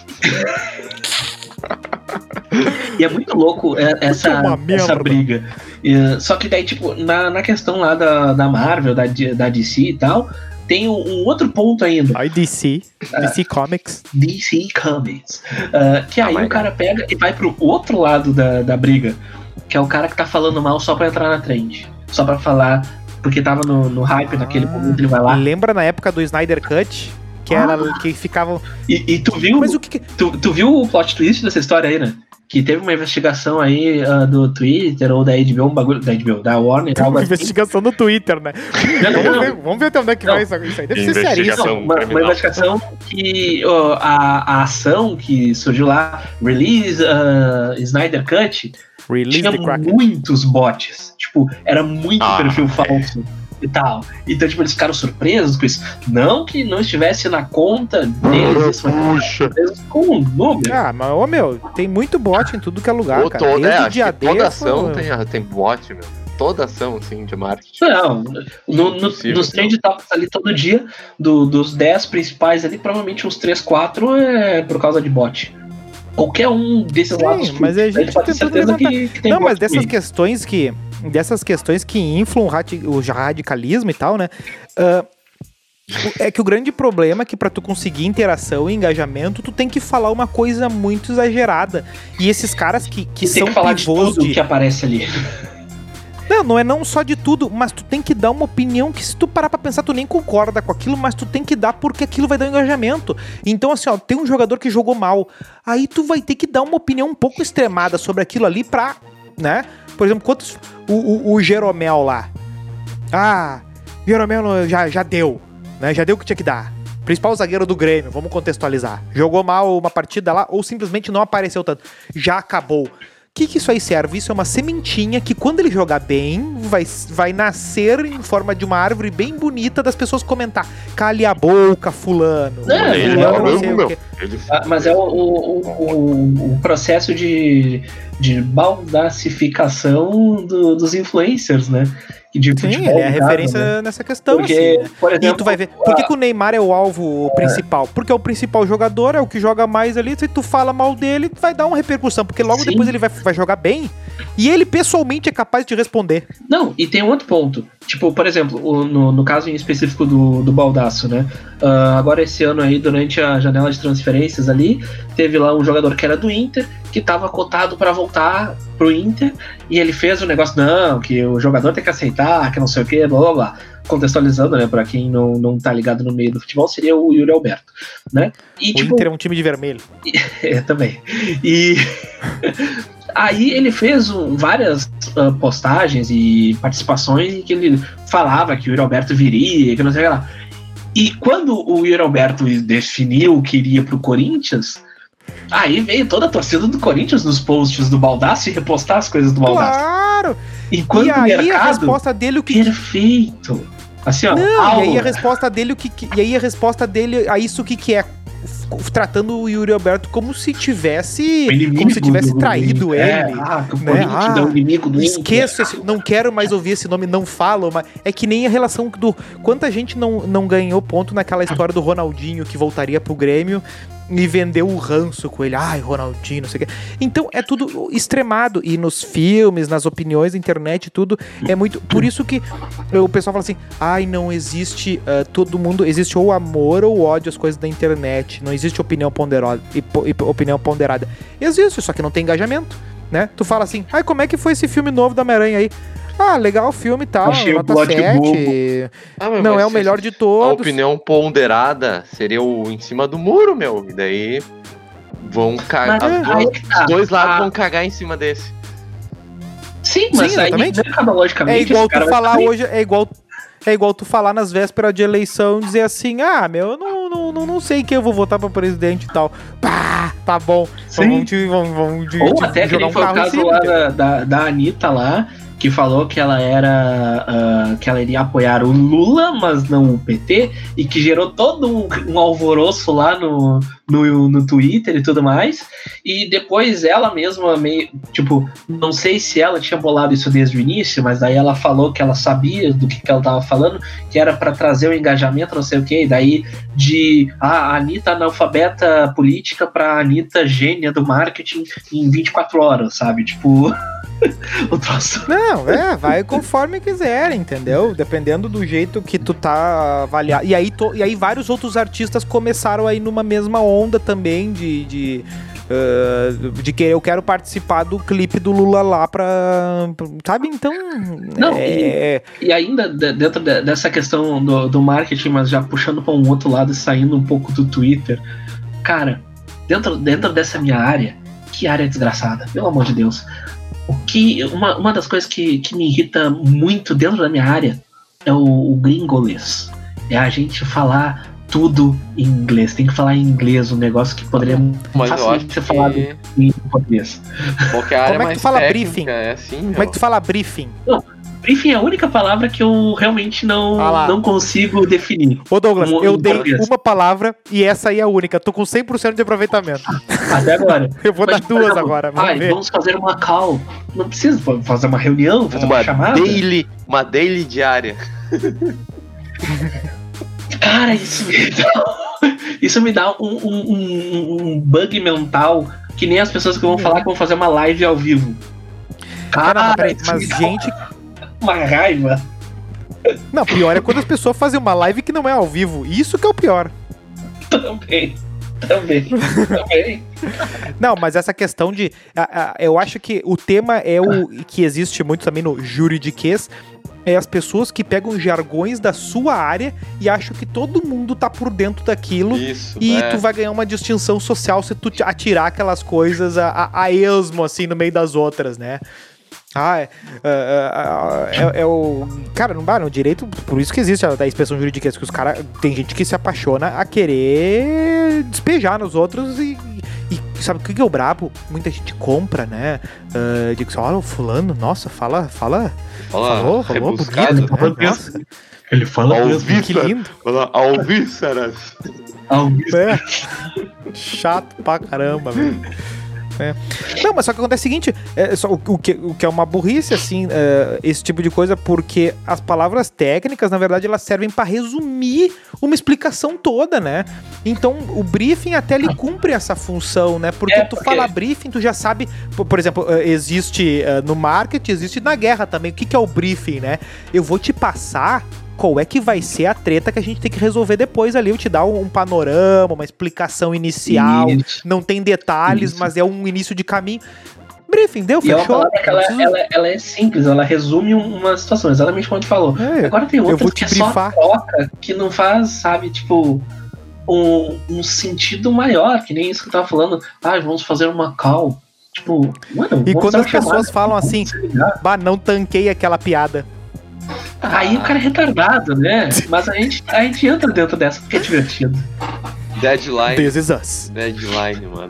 S3: E é muito louco essa, essa briga. E, só que daí, tipo, na, na questão lá da, da Marvel, da, da D C e tal, tem um, um outro ponto ainda.
S1: Aí D C, uh, D C Comics.
S3: D C Comics. Uh, que aí ah, o cara pega e vai pro outro lado da, da briga, que é o cara que tá falando mal só pra entrar na trend. Só pra falar, porque tava no, no hype ah, naquele momento, ele vai lá.
S1: Lembra na época do Snyder Cut? Que era ah, que ficavam.
S3: E, e tu viu.
S1: Mas o que, que...
S3: Tu, tu viu o plot twist dessa história aí, né? Que teve uma investigação aí uh, do Twitter ou da H B O, um bagulho. Da H B O, da Warner.
S1: Teve uma investigação no Twitter, né?
S3: Não,
S1: vamos,
S3: não.
S1: ver, vamos ver até onde é que
S3: não.
S1: vai isso. Isso aí deve ser seríssimo.
S3: Uma, uma investigação que uh, a, a ação que surgiu lá, Release uh, Snyder Cut,
S1: Release
S3: tinha muitos bots. Tipo, era muito
S2: ah,
S3: perfil
S2: é.
S3: falso. E tal. Então, tipo, eles ficaram surpresos com isso. Não que não estivesse na conta deles, isso, mas com um número.
S1: Ah, mas, ô meu, tem muito bot em tudo que é lugar,
S2: Ô,
S1: cara.
S2: Toda,
S1: Desde
S2: é,
S1: dia
S2: toda
S1: D,
S2: ação
S1: foi...
S2: tem, tem bot, meu. Toda ação, assim, de marketing.
S3: Não, no, no, nos trend topics ali todo dia, do, dos dez principais ali, provavelmente uns três, quatro é por causa de bot. Qualquer um desses
S1: Sim,
S3: lados.
S1: Mas a gente
S3: pode ter certeza que, que tem
S1: Não,
S3: bot
S1: mas dessas
S3: comigo.
S1: questões que... Dessas questões que inflam o radicalismo e tal, né? Uh, É que o grande problema é que pra tu conseguir interação e engajamento, tu tem que falar uma coisa muito exagerada. E esses caras que, que
S3: Tu tem
S1: são
S3: que falar de
S1: pivôs
S3: tudo
S1: de...
S3: que aparece ali.
S1: Não, não é não só de tudo, mas tu tem que dar uma opinião que se tu parar pra pensar, tu nem concorda com aquilo, mas tu tem que dar porque aquilo vai dar um engajamento. Então assim, ó, tem um jogador que jogou mal, aí tu vai ter que dar uma opinião um pouco extremada sobre aquilo ali pra, né? Por exemplo, quantos... O, o, o Jeromel lá. Ah, Jeromel já, já deu, né? Já deu o que tinha que dar. Principal zagueiro do Grêmio, vamos contextualizar. Jogou mal uma partida lá ou simplesmente não apareceu tanto. Já acabou. O que, que isso aí serve? Isso é uma sementinha que quando ele jogar bem, vai, vai nascer em forma de uma árvore bem bonita das pessoas comentar. Cale a boca, fulano.
S3: Não,
S2: ele
S1: fulano,
S2: é
S1: não
S2: o
S1: sei o
S2: meu.
S1: quê.
S2: Ele...
S3: Ah, mas é o, o, o, o processo de, de baldacificação do, dos influencers, né? De
S1: Sim,
S3: futebol,
S1: ele é a
S3: ligado,
S1: referência
S3: né?
S1: nessa questão,
S3: Porque,
S1: assim, né?
S3: por exemplo,
S1: E tu vai ver, por que, que o Neymar é o alvo principal? Porque é o principal jogador, é o que joga mais ali, se tu fala mal dele, vai dar uma repercussão, porque logo
S3: Sim.
S1: depois ele vai, vai jogar bem, e ele pessoalmente é capaz de responder.
S3: Não, e tem um outro ponto. Tipo, por exemplo, o- no, no caso em específico do, do Baldaço, né? Ah, agora esse ano aí, durante a janela de transferências ali, teve lá um jogador que era do Inter, que tava cotado pra voltar pro Inter, e ele fez o negócio, não, que o jogador tem que aceitar, que não sei o que, blá blá blá. Contextualizando, né, pra quem não, não tá ligado no meio do futebol, seria o Yuri Alberto, né? E
S1: O
S3: tipo,
S1: Inter é um time de vermelho.
S3: é, também. E aí ele fez um, várias ah, postagens e participações em que ele falava que o Yuri Alberto viria, que não sei o que lá. E quando o Yuri Alberto definiu que iria pro Corinthians, aí veio toda a torcida do Corinthians nos posts do Baldaço e repostar as coisas do Baldaço.
S1: Claro!
S3: Enquanto
S1: E
S3: o
S1: aí a
S3: mercado,
S1: resposta dele o que...
S3: perfeito. Assim, ó,
S1: Não, e aí
S3: aula.
S1: a resposta dele o que, que- e aí a resposta dele a isso o que que é? F- Tratando o Yuri Alberto como se tivesse,
S3: O inimigo
S1: como se tivesse
S3: do-
S1: traído
S3: é,
S1: ele.
S3: ah, que o
S1: né?
S3: Corinthians
S1: Ah,
S3: é o inimigo do Inter.
S1: Esqueço esse, não quero mais ouvir esse nome, não falo, mas é que nem a relação do quanta gente não, não ganhou ponto naquela história do Ronaldinho que voltaria pro Grêmio e vendeu o ranço com ele. Ai, Ronaldinho, não sei o quê. Então é tudo extremado e nos filmes, nas opiniões, na internet, tudo é muito. Por isso que o pessoal fala assim: ai, não existe ah, todo mundo, existe ou amor ou ódio às coisas da internet. Não existe opinião ponderada e, po- e opinião ponderada. Existe, só que não tem engajamento, né? Tu fala assim: ai, como é que foi esse filme novo da Homem-Aranha aí? Ah, legal o filme e tal,
S3: Achei o
S1: nota
S3: plot bobo.
S1: sete.
S2: Ah, mas
S1: Não
S2: vai
S1: é o
S2: ser-
S1: melhor de
S2: A
S1: todos.
S2: opinião ponderada seria o em cima do muro, meu. E daí vão cagar.
S3: Mas aí que tá.
S2: Os dois lados
S3: Ah,
S2: vão cagar em cima desse.
S3: Sim, mas
S1: Sim,
S3: aí
S1: exatamente.
S3: mercadologicamente
S1: É igual
S3: esse cara
S1: tu
S3: vai
S1: falar
S3: ficar-
S1: hoje, é igual, é igual tu falar nas vésperas de eleição e dizer assim: ah, meu, eu não, não, não, não sei quem eu vou votar pra presidente e tal. Pá, tá bom.
S3: Sim.
S1: Vamos, te, vamos, vamos te,
S3: Ou
S1: te
S3: até que
S1: jogar
S3: nem
S1: um
S3: foi o
S1: carro em
S3: caso
S1: cima.
S3: lá
S1: entendeu?
S3: da, da, da Anitta lá, que falou que ela era ah, que ela iria apoiar o Lula, mas não o P T, e que gerou todo um, um alvoroço lá no, no, no Twitter e tudo mais. E depois ela mesma meio, tipo, não sei se ela tinha bolado isso desde o início, mas daí ela falou que ela sabia do que, que ela tava falando, que era pra trazer o engajamento, não sei o que, e daí de ah, a Anitta analfabeta política pra Anitta gênia do marketing em vinte e quatro horas, sabe? Tipo, o troço.
S1: Não, é, vai conforme quiser, entendeu? Dependendo do jeito que tu tá avaliado. E aí, to- e aí vários outros artistas começaram aí numa mesma onda também de. de ah, de que eu quero participar do clipe do Lula lá pra. pra- sabe? Então.
S3: Não,
S1: é.
S3: E ainda de- dentro de- dessa questão do, do marketing, mas já puxando para um outro lado e saindo um pouco do Twitter, cara, dentro, dentro dessa minha área, que área desgraçada, pelo amor de Deus. O que, uma, uma das coisas que, que me irrita muito dentro da minha área é o, o gringolês. É a gente falar tudo em inglês. Tem que falar em inglês, um negócio que poderia
S2: Mas eu acho
S3: facilmente ser falado
S2: que
S3: em português.
S2: qualquer área
S1: Como é que
S2: mais
S1: tu fala
S2: técnica
S1: briefing?
S2: é assim,
S1: Como é
S2: meu.
S1: que tu fala briefing?
S3: Briefing é a única palavra que eu realmente não,
S1: Ah lá.
S3: não consigo definir.
S1: Ô Douglas,
S3: Um-
S1: eu
S3: um
S1: dei
S3: português.
S1: uma palavra e essa aí é a única. Tô com cem por cento de aproveitamento.
S3: Até agora.
S1: Eu vou
S3: Mas,
S1: dar
S3: por
S1: duas
S3: exemplo,
S1: agora, vamos
S3: ai,
S1: ver.
S3: vamos fazer uma call. Não precisa fazer uma reunião, fazer uma,
S2: Uma
S3: chamada.
S2: daily, uma daily diária.
S3: Cara, isso me dá, isso me dá um, um- um- um bug mental que nem as pessoas que vão falar que vão fazer uma live ao vivo.
S1: Cara,
S3: Cara,
S1: mas, peraí,
S3: isso
S1: mas
S3: me dá
S1: gente,
S3: uma raiva.
S1: Não, pior é quando as pessoas fazem uma live que não é ao vivo. Isso que é o pior.
S3: Também. Também. Também.
S1: Não, mas essa questão de... A, a, eu acho que o tema é o que existe muito também no juridiquês, é as pessoas que pegam jargões da sua área e acham que todo mundo tá por dentro daquilo.
S2: Isso,
S1: e
S2: né?
S1: tu vai ganhar uma distinção social se tu atirar aquelas coisas a, a, a esmo, assim, no meio das outras, né? Ah, é, é, é, é o... Cara, não dá, no direito, por isso que existe a, a expressão jurídica, que os caras... Tem gente que se apaixona a querer despejar nos outros e... E sabe o que é o brabo? Muita gente compra, né? Uh, diz, olha o fulano, nossa, fala, fala,
S2: Fala
S1: falou, falou
S2: rebuscado,
S1: bonito, né?
S3: né?
S1: Nossa,
S3: Ele fala mesmo.
S1: que lindo.
S2: Fala alvíceras.
S1: É. Chato pra caramba, velho. É. Não, mas só que acontece o seguinte, é só, o, o, que, o que é uma burrice, assim, é, esse tipo de coisa, porque as palavras técnicas, na verdade, elas servem pra resumir uma explicação toda, né? Então, o briefing até ele cumpre essa função, né? Porque
S3: É,
S1: tu
S3: porque-
S1: fala briefing, tu já sabe, por, por exemplo, eh, existe eh, no marketing, existe na guerra também. O que, que é o briefing, né? Eu vou te passar qual é que vai ser a treta que a gente tem que resolver depois ali. Eu te dar um, um panorama, uma explicação inicial.
S3: Isso.
S1: Não tem detalhes,
S3: Isso.
S1: mas é um início de caminho. Briefing, deu,
S3: E é uma
S1: fechou?
S3: palavra que ela,
S1: Não precisa-
S3: ela, ela é simples, ela resume um- uma situação, exatamente como a gente falou.
S1: É,
S3: Agora tem
S1: eu
S3: outras
S1: vou
S3: que
S1: te
S3: é só
S1: brifar.
S3: troca, que não faz, sabe, tipo, um, um sentido maior, que nem isso que eu tava falando. Ah, vamos fazer uma call. Tipo, mano,
S1: E
S3: vamos
S1: quando
S3: fazer
S1: as
S3: uma chamada,
S1: pessoas falam assim,
S3: vamos se ligar.
S1: bah, não tanquei aquela piada.
S3: Aí o cara é retardado, né? Mas a gente, a gente entra dentro dessa porque é divertido.
S2: Deadline.
S1: This is us.
S2: Deadline, mano.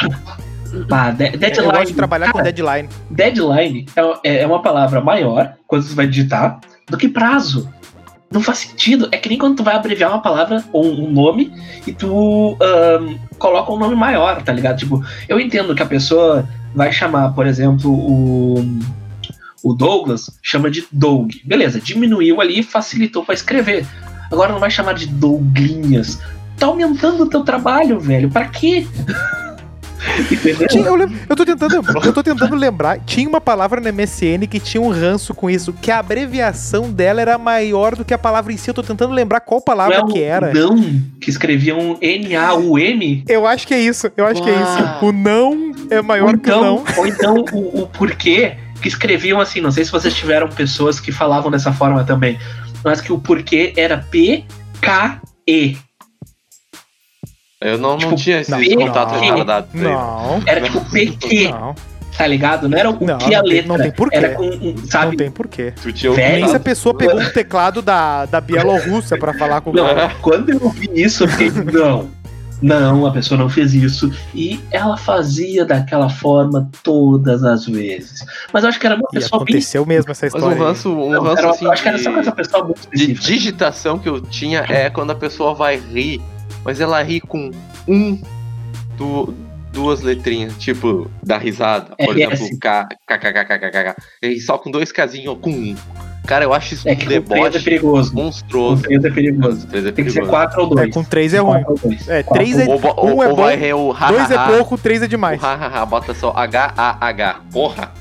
S3: Ah, de- deadline.
S1: Eu gosto de trabalhar com
S3: cara,
S1: deadline.
S3: Deadline é, é uma palavra maior, quando você vai digitar, do que prazo. Não faz sentido. É que nem quando tu vai abreviar uma palavra ou um nome e tu ahn, coloca um nome maior, tá ligado? Tipo, eu entendo que a pessoa vai chamar, por exemplo, o, o Douglas, chama de Doug. Beleza, diminuiu ali e facilitou pra escrever. Agora não vai chamar de Douglinhas. Tá aumentando o teu trabalho, velho. Pra quê? Entendeu?
S1: Tinha- eu, lem- eu tô tentando, eu tô tentando lembrar. Tinha uma palavra no M S N que tinha um ranço com isso, que a abreviação dela era maior do que a palavra em si. Eu tô tentando lembrar qual palavra
S3: Não é o
S1: que era.
S3: Não, que escrevia um N A U M.
S1: Eu acho que é isso, eu acho que é
S2: Ah.
S1: isso. O não é maior
S3: Ou
S1: que o
S3: então,
S1: não.
S3: ou então o, o porquê que escreviam assim, não sei se vocês tiveram pessoas que falavam dessa forma também, mas que o porquê era P K E.
S2: Eu não, não
S3: Tipo,
S2: tinha esse
S3: não,
S2: contato
S3: não,
S2: retardado. pra ele.
S1: Não,
S3: Era tipo P Q,
S1: não,
S3: tá ligado? Não era o
S1: Não,
S3: que
S1: não
S3: a
S1: tem-
S3: letra.
S1: não tem porquê.
S3: Era com, um,
S1: não
S3: sabe?
S1: tem porquê.
S2: Tu tinha o
S3: Velho.
S1: Nem se a
S2: contato.
S1: pessoa pegou um teclado da, da Bielorrússia pra falar com o
S3: Não,
S1: cara.
S3: quando eu vi isso, eu fiquei, não, não, a pessoa não fez isso. E ela fazia daquela forma todas as vezes. Mas eu acho que era uma
S1: E
S3: pessoa bem.
S1: aconteceu mesmo essa
S2: Mas
S1: história.
S2: um ranço, um
S3: Não,
S2: ranço
S3: era uma-
S2: assim
S3: eu acho que era só com essa
S2: de,
S3: pessoa muito
S2: de
S3: específica.
S2: digitação que eu tinha é quando a pessoa vai rir, mas ela ri com um, du- duas letrinhas, tipo, da risada. Por
S3: R
S2: exemplo,
S3: S.
S2: K, K, K, K, K, K, K. E só com dois casinhos com um. Cara, eu acho isso
S3: É
S2: um
S3: que com três é
S2: deboche
S3: perigoso. Com
S2: monstruoso.
S3: três é perigoso.
S2: Três é
S3: Tem que ser
S2: perigoso.
S3: quatro ou dois.
S1: É, com três é ruim.
S3: Quatro ou dois.
S1: É,
S3: Quatro
S1: três é-
S2: Ou, bo- ou,
S1: Um é
S2: ou vai
S1: bom,
S2: rir o ha,
S1: Dois
S2: ha,
S1: é
S2: ha,
S1: pouco, três é
S2: o
S1: demais.
S2: ha, ha, ha, bota só H, A, H. Porra.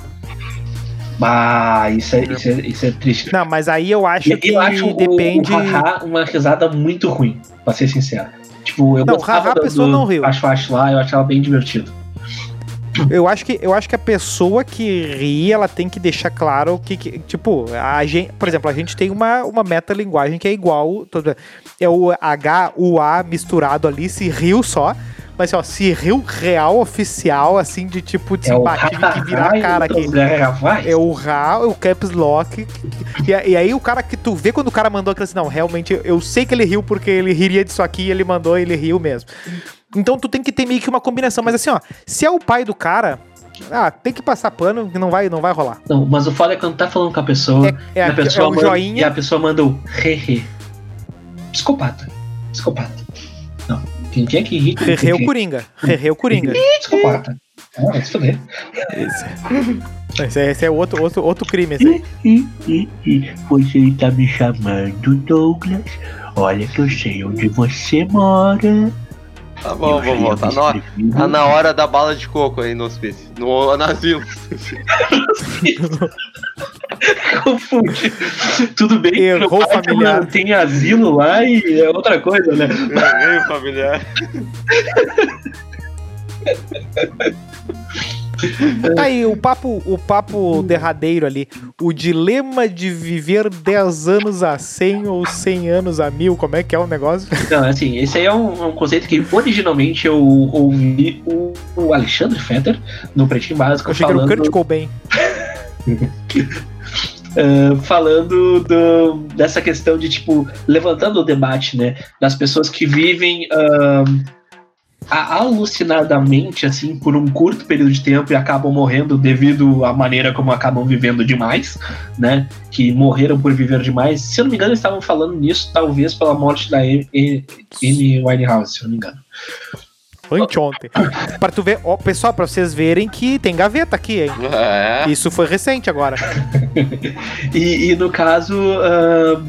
S3: Ah, isso é, isso, é, isso é triste.
S1: Não, mas aí eu acho
S3: E
S1: que
S3: eu acho o-
S1: depende.
S3: o haha uma risada muito ruim, pra ser sincero. Tipo, eu
S1: Não,
S3: gostava
S1: haha a
S3: do-
S1: pessoa
S3: do
S1: não riu.
S3: Faz Faz lá, eu achava bem divertido.
S1: Eu acho que eu acho que a pessoa que ri, ela tem que deixar claro que, que tipo, a gente, por exemplo, a gente tem uma, uma metalinguagem que é igual, toda- é o H, o A misturado ali, se riu só, mas ó, se riu real, oficial, assim, de tipo, de
S3: É o
S1: tive que virar a cara aqui.
S3: aqui.
S1: É o Ra, o Caps Lock. E, e aí o cara que tu vê quando o cara mandou aquilo assim, não, realmente eu sei que ele riu porque ele riria disso aqui e ele mandou e ele riu mesmo. Então tu tem que ter meio que uma combinação, mas assim, ó, se é o pai do cara, ah, tem que passar pano que não vai, não vai rolar.
S3: Não, mas o foda é quando tá falando com a pessoa,
S1: É, é,
S3: e, a pessoa
S1: é o
S3: manda,
S1: joinha.
S3: e a pessoa manda o re-re. Psicopata. Psicopata. Não, quem quer que ri?
S1: Rerê
S3: quem
S1: o
S3: quer-
S1: Coringa. Rerê o Coringa.
S3: Psicopata. Ah, vai se fuder.
S1: Esse, esse é, esse é outro, outro, outro crime, esse aí.
S3: Ih, ih, ih, Você tá me chamando, Douglas? Olha que eu sei onde você mora.
S2: Tá bom, vamos voltar. Tá na, tá na hora da bala de coco aí no hospício. No, no asilo.
S3: Confunde. Tudo bem que
S1: Errou familiar.
S3: tem asilo lá e é outra coisa, né?
S2: Errei familiar.
S1: Tá aí, o papo, o papo derradeiro ali. O dilema de viver dez anos a cem ou cem anos a mil. Como é que é o negócio?
S3: Não, assim, esse aí é um, um conceito que originalmente eu ouvi o, o Alexandre Fetter no Pretinho Básico
S1: Eu achei
S3: falando...
S1: que era o Kurt Cobain.
S3: Uh, falando do, dessa questão de, tipo, levantando o debate, né, das pessoas que vivem uh, alucinadamente, assim, por um curto período de tempo e acabam morrendo devido à maneira como acabam vivendo demais, né, que morreram por viver demais. Se eu não me engano, eles estavam falando nisso, talvez pela morte da Amy Winehouse, se eu não me engano.
S1: Anteontem. Pra tu ver, ó, pessoal, pra vocês verem que tem gaveta aqui, hein?
S2: É.
S1: Isso foi recente agora.
S3: e, e no caso, uh,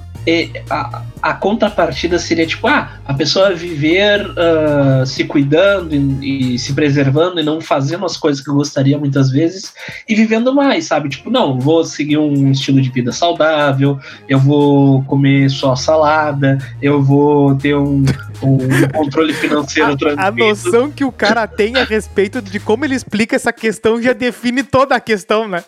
S3: a, a contrapartida seria tipo, ah, a pessoa viver uh, se cuidando e, e se preservando e não fazendo as coisas que gostaria muitas vezes e vivendo mais, sabe? Tipo, não, vou seguir um estilo de vida saudável, eu vou comer só salada, eu vou ter um, um controle financeiro
S1: a,
S3: tranquilo.
S1: A noção que o cara tem a respeito de como ele explica essa questão já define toda a questão, né?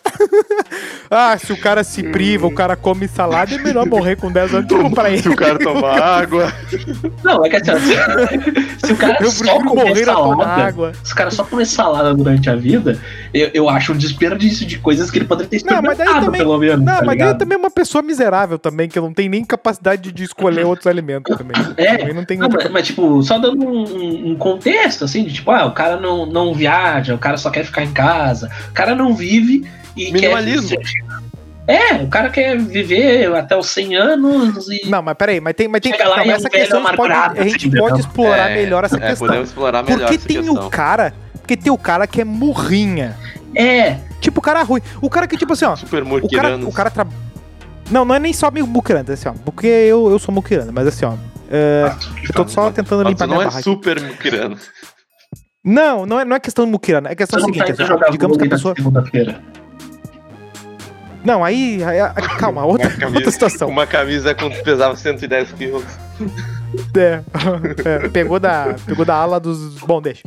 S1: Ah, se o cara se priva, o cara come salada, é melhor morrer com dez anos do que comprar ele.
S2: Se o cara tomar água.
S3: Não, é que assim, se o cara
S1: eu
S3: só comer salada,
S1: água.
S3: se o cara só comer salada durante a vida, eu, eu acho um desperdício de coisas que ele poderia ter experimentado,
S1: não, mas também,
S3: pelo menos.
S1: Não,
S3: tá
S1: mas
S3: ligado?
S1: daí também é uma pessoa miserável também, que não tem nem capacidade de escolher outros alimentos também.
S3: É,
S1: também não tem
S3: não,
S1: outra...
S3: mas, mas tipo, só dando um, um contexto, assim, de tipo, ah, o cara não, não viaja, o cara só quer ficar em casa, o cara não vive e
S2: minimalismo.
S3: Quer... É, o cara quer viver até os cem anos e...
S1: Não, mas peraí, mas tem, mas tem
S3: Chega lá
S1: não,
S3: e é um
S1: essa
S3: velho
S1: questão a gente pode,
S3: amargurado,
S1: a gente
S3: assim,
S1: pode
S3: não.
S1: explorar
S2: É,
S1: melhor essa
S2: é,
S1: questão.
S2: podemos explorar melhor
S1: porque
S2: essa
S1: tem
S2: questão.
S1: o cara, porque tem o cara que é murrinha.
S3: É.
S1: Tipo o cara ruim. O cara que tipo assim, ó,
S2: Super
S1: o cara,
S2: muquiranos.
S1: o cara tra... Não, não é nem só meio muquirano, assim, ó, porque eu, eu sou muquirano, mas assim, ó, é,
S3: Ah,
S1: eu tô só tentando
S2: Mas
S1: limpar
S2: tu não
S1: minha
S2: é
S1: barra.
S2: super muquirano.
S1: Não, não é, não é questão de muquirano, é questão
S3: Você não
S1: seguinte,
S3: tá indo
S1: assim,
S3: jogar
S1: digamos que a
S3: vôlei na
S1: pessoa...
S3: segunda-feira.
S1: Não, aí, aí, aí calma, outra,
S2: Uma camisa,
S1: outra situação.
S2: Uma camisa com pesava cento e dez quilos.
S1: É, é, pegou, da, pegou da ala dos... Bom, deixa.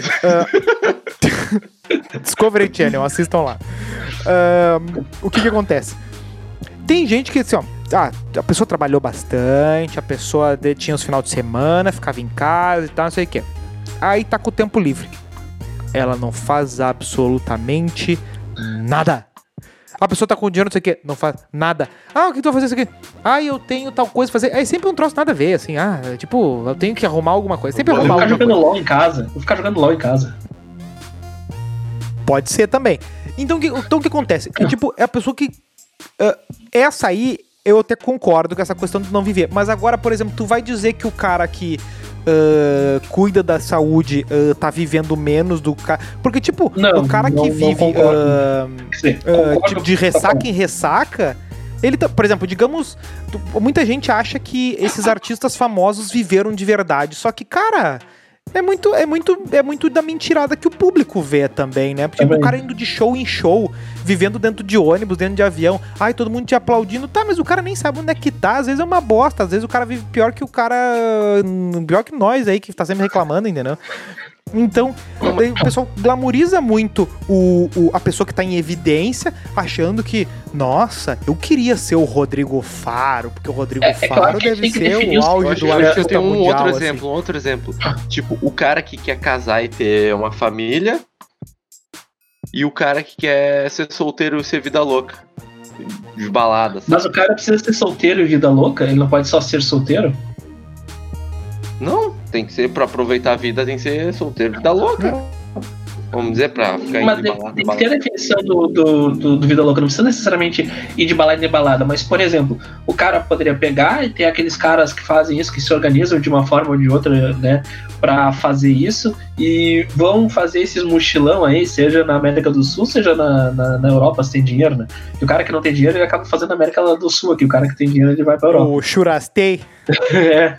S1: Uh, Discovery Channel, assistam lá. Uh, o que que acontece? Tem gente que, assim, ó, ah, a pessoa trabalhou bastante, a pessoa de, tinha os final de semana, ficava em casa e tal, não sei o que. Aí tá com o tempo livre. Ela não faz absolutamente nada. A pessoa tá com dinheiro, não sei o que, não faz nada. Ah, o que tu vai fazer isso aqui? Ah, eu tenho tal coisa pra fazer. É sempre um troço nada a ver, assim. Ah, tipo, eu tenho que arrumar alguma coisa. Sempre
S3: Eu vou
S1: arrumar
S3: ficar
S1: alguma
S3: jogando
S1: coisa.
S3: LOL em casa. Vou ficar jogando LOL em casa.
S1: Pode ser também. Então, que- então o que acontece? É, tipo, é a pessoa que... ah, essa aí, eu até concordo com essa questão de não viver. Mas agora, por exemplo, tu vai dizer que o cara que ah, cuida da saúde ah, tá vivendo menos do cara... Porque, tipo,
S3: Não,
S1: o cara
S3: não-
S1: que
S3: não
S1: vive
S3: concordo.
S1: ah,
S3: Quer dizer,
S1: ah,
S3: concordo
S1: tipo, de
S3: com o que você tá
S1: ressaca
S3: falando.
S1: em ressaca... Ele tá, por exemplo, digamos, tu- muita gente acha que esses artistas famosos viveram de verdade. Só que, cara... É muito, é, muito, é muito da mentirada que o público vê também, né? Porque
S3: Também.
S1: o cara indo de show em show, vivendo dentro de ônibus, dentro de avião, ai, todo mundo te aplaudindo, tá, mas o cara nem sabe onde é que tá, às vezes é uma bosta, às vezes o cara vive pior que o cara, hum, pior que nós aí, que tá sempre reclamando, entendeu? Então, daí o pessoal glamoriza muito o, o- a pessoa que tá em evidência, achando que, nossa, eu queria ser o Rodrigo Faro, porque o Rodrigo
S3: É- é
S1: Faro
S3: claro que
S1: deve
S3: tem que
S1: ser
S3: definir
S1: o
S3: os-
S2: Eu,
S1: auge
S2: acho,
S1: do
S2: eu, acho que eu
S1: artista
S2: tenho um
S1: mundial,
S2: outro
S1: assim.
S2: exemplo, um outro exemplo. Tipo, o cara que quer casar e ter uma família e o cara que quer ser solteiro e ser vida louca. De balada, sabe?
S3: Mas o cara precisa ser solteiro e vida louca? Ele não pode só ser solteiro?
S2: Não, tem que ser pra aproveitar a vida, tem que ser solteiro e vida louca. Vamos dizer, pra ficar indo
S3: Mas
S2: de
S3: tem,
S2: balada,
S3: tem que
S2: balada.
S3: ter a definição do, do, do, do vida louca. Não precisa necessariamente ir de balada em balada. Mas, por exemplo, o cara poderia pegar e ter aqueles caras que fazem isso, que se organizam de uma forma ou de outra, né? Pra fazer isso. E vão fazer esses mochilão aí, seja na América do Sul, seja na, na, na Europa, se tem dinheiro, né? E o cara que não tem dinheiro, ele acaba fazendo na América do Sul aqui. O cara que tem dinheiro, ele vai pra Europa.
S1: O Churastei.
S3: É.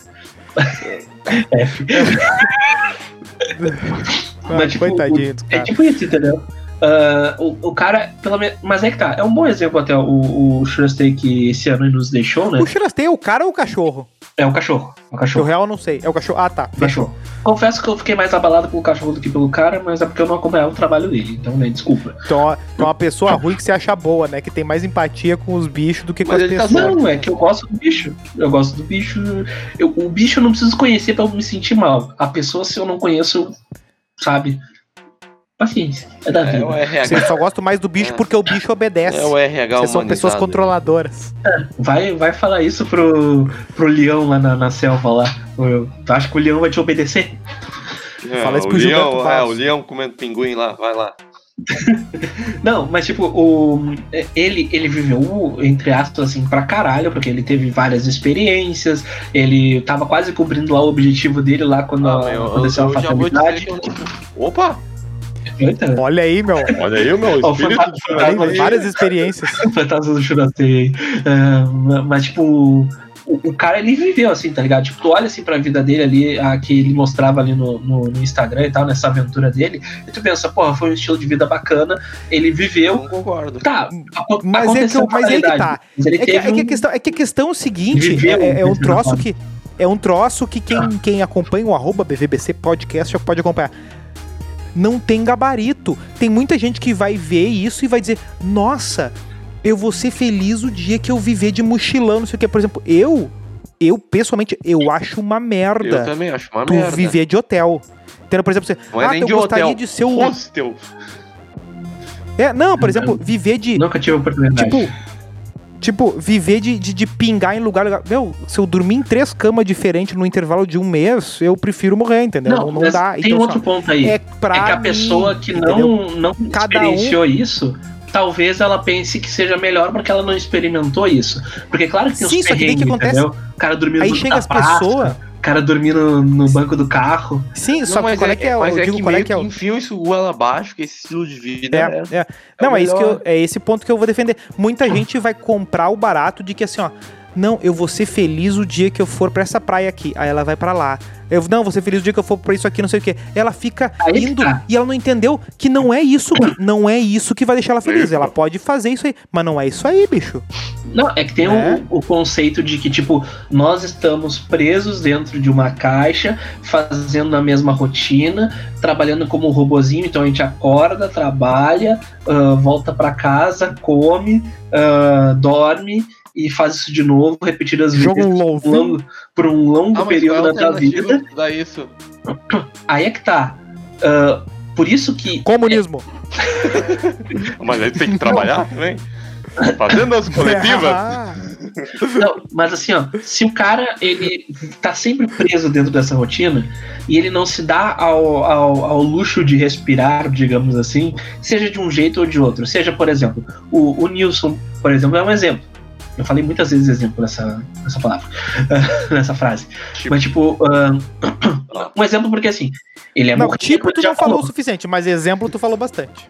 S1: Ah,
S3: Mas, tipo,
S1: coitadinho do
S3: É
S1: cara.
S3: tipo isso, entendeu? Uh, o, o cara, pelo menos. Mas é que tá, é um bom exemplo até o, o Shurastei que esse ano nos deixou, né?
S1: O Shurastei é o cara ou o cachorro?
S3: É o cachorro. O
S1: No
S3: cachorro.
S1: real eu não sei. É o cachorro. Ah, tá.
S3: O cachorro. Confesso que eu fiquei mais abalado pelo cachorro do que pelo cara, mas é porque eu não acompanhava o trabalho dele. Então, né, desculpa.
S1: Então, é uma pessoa ruim que se acha boa, né? Que tem mais empatia com os bichos do que com
S2: Mas
S1: as
S2: ele tá
S1: pessoas.
S3: Não, é que eu gosto do bicho. Eu gosto do bicho. Eu, o bicho eu não preciso conhecer pra eu me sentir mal. A pessoa, se eu não conheço, eu, sabe? Paciência. É da vida.
S2: É o R H.
S1: Vocês só gostam mais do bicho
S2: É.
S1: porque o bicho obedece.
S2: É o R H
S1: Vocês são pessoas
S2: humanizado.
S1: controladoras.
S3: Vai, vai falar isso pro, pro leão lá na, na selva lá. Eu- Tu acha que o leão vai te obedecer?
S2: É,
S1: Fala isso
S2: o
S1: pro Gilberto
S2: leão, é,
S1: Barros.
S2: o leão comendo pinguim lá, vai lá.
S3: Não, mas tipo, o, ele, ele viveu, entre aspas, assim, pra caralho, porque ele teve várias experiências, ele tava quase cobrindo lá o objetivo dele lá quando
S2: Ah, mas eu, eu,
S3: aconteceu a
S2: eu já vou dizer
S3: fatalidade.
S2: que eu não... Opa!
S3: Eita,
S1: Olha aí, meu.
S2: Olha aí o meu
S3: Ó, o
S2: espírito
S3: fantasma-
S2: de
S3: fantasma
S2: Fernando.
S3: aí.
S1: Várias experiências.
S3: o fantasma do Shurastei aí. É, mas, tipo, o, o cara, ele viveu, assim, tá ligado? Tipo, tu olha, assim, pra vida dele ali, a que ele mostrava ali no, no, no Instagram e tal, nessa aventura dele, e tu pensa, porra, foi um estilo de vida bacana, ele
S2: Eu
S3: viveu.
S2: não concordo.
S3: Tá, aco-
S1: Mas é que
S3: aconteceu
S1: eu- mas é aí que
S3: fatalidade,
S1: tá.
S3: mas ele
S1: É que,
S3: teve
S1: é que a
S3: um-
S1: questão, é que a questão é o seguinte:
S3: Viveu
S1: é, é um
S3: esse
S1: troço
S3: negócio.
S1: que. É um troço que quem, quem acompanha o arroba B V B C Podcast já pode acompanhar. Não tem gabarito. Tem muita gente que vai ver isso e vai dizer: nossa, eu vou ser feliz o dia que eu viver de mochilão, não sei o que. Por exemplo, eu, eu pessoalmente, eu acho uma
S2: Eu
S1: merda
S2: também acho uma
S1: tu
S2: merda.
S1: viver de hotel. Entendeu? Por exemplo, você,
S2: Não é
S1: ah,
S2: nem
S1: eu
S2: de
S1: gostaria
S2: hotel.
S1: de ser o.
S2: Hostel.
S1: É, não, por exemplo, viver de.
S3: Nunca tive a oportunidade.
S1: Tipo, tipo, viver de, de, de pingar em lugar legal. Meu, se eu dormir em três camas diferentes no intervalo de um mês, eu prefiro morrer, entendeu? Não, não
S3: mas
S1: dá.
S3: tem
S1: Então,
S3: outro
S1: assim,
S3: ponto aí.
S1: ó,
S3: É,
S1: é pra
S3: que a
S1: mim,
S3: pessoa que
S1: entendeu?
S3: não, não
S1: Cada um-
S3: experienciou isso, talvez ela pense que seja melhor porque ela não experimentou isso. Porque claro que tem
S1: Sim,
S3: os
S1: só que daí
S3: perrengues,
S1: que acontece-
S3: entendeu? O cara dormindo
S1: Aí
S3: no
S1: chega
S3: da
S1: as
S3: praça,
S1: pessoas.
S3: o cara dormindo no banco do carro.
S1: Sim, só
S2: Não,
S1: que
S2: mas
S1: qual é,
S2: é,
S1: que é,
S2: mas
S1: eu
S2: é
S1: digo
S2: que
S1: qual é
S2: meio
S1: que é
S2: que
S1: o.
S2: enfiam isso goela abaixo, que esse estilo de vida é...
S1: É, é. Não,
S2: o
S1: é isso que
S2: melhor.
S1: eu, é esse ponto que eu vou defender. Muita gente vai comprar o barato de que assim, ó, não, eu vou ser feliz o dia que eu for pra essa praia aqui. Aí ela vai pra lá. Eu não, vou ser feliz o dia que eu for pra isso aqui, não sei o quê. Ela fica
S3: Aí que
S1: indo
S3: tá.
S1: e ela não entendeu que não é isso, não é isso que vai deixar ela feliz. Ela pode fazer isso aí, mas não é isso aí, bicho.
S3: Não, é que tem
S1: É.
S3: o, o conceito de que, tipo, nós estamos presos dentro de uma caixa, fazendo a mesma rotina, trabalhando como um robozinho, então a gente acorda, trabalha, ah, volta pra casa, come, ah, dorme e faz isso de novo, repetidas vezes
S1: Joga um
S3: por um
S1: LOLzinho.
S3: longo, por um longo
S2: Ah, mas
S3: período
S2: qual é a
S3: da tua
S2: alternativa
S3: vida.
S2: pra isso?
S3: Aí é que tá. Ah, por isso que
S1: Comunismo.
S2: Mas aí tem que trabalhar também. Fazendo as coletivas.
S1: Ah,
S3: Não, mas assim, ó, se o cara ele tá sempre preso dentro dessa rotina e ele não se dá ao, ao, ao luxo de respirar, digamos assim, seja de um jeito ou de outro. Seja, por exemplo, o, o Nilson, por exemplo, é um exemplo. Eu falei muitas vezes exemplo nessa, nessa palavra, nessa frase.
S2: Tipo,
S3: Mas, tipo, ah, um exemplo porque assim, ele é
S1: não,
S3: morto
S1: tipo, tu
S3: de
S1: não falou o
S3: amor.
S1: suficiente, mas exemplo tu falou bastante.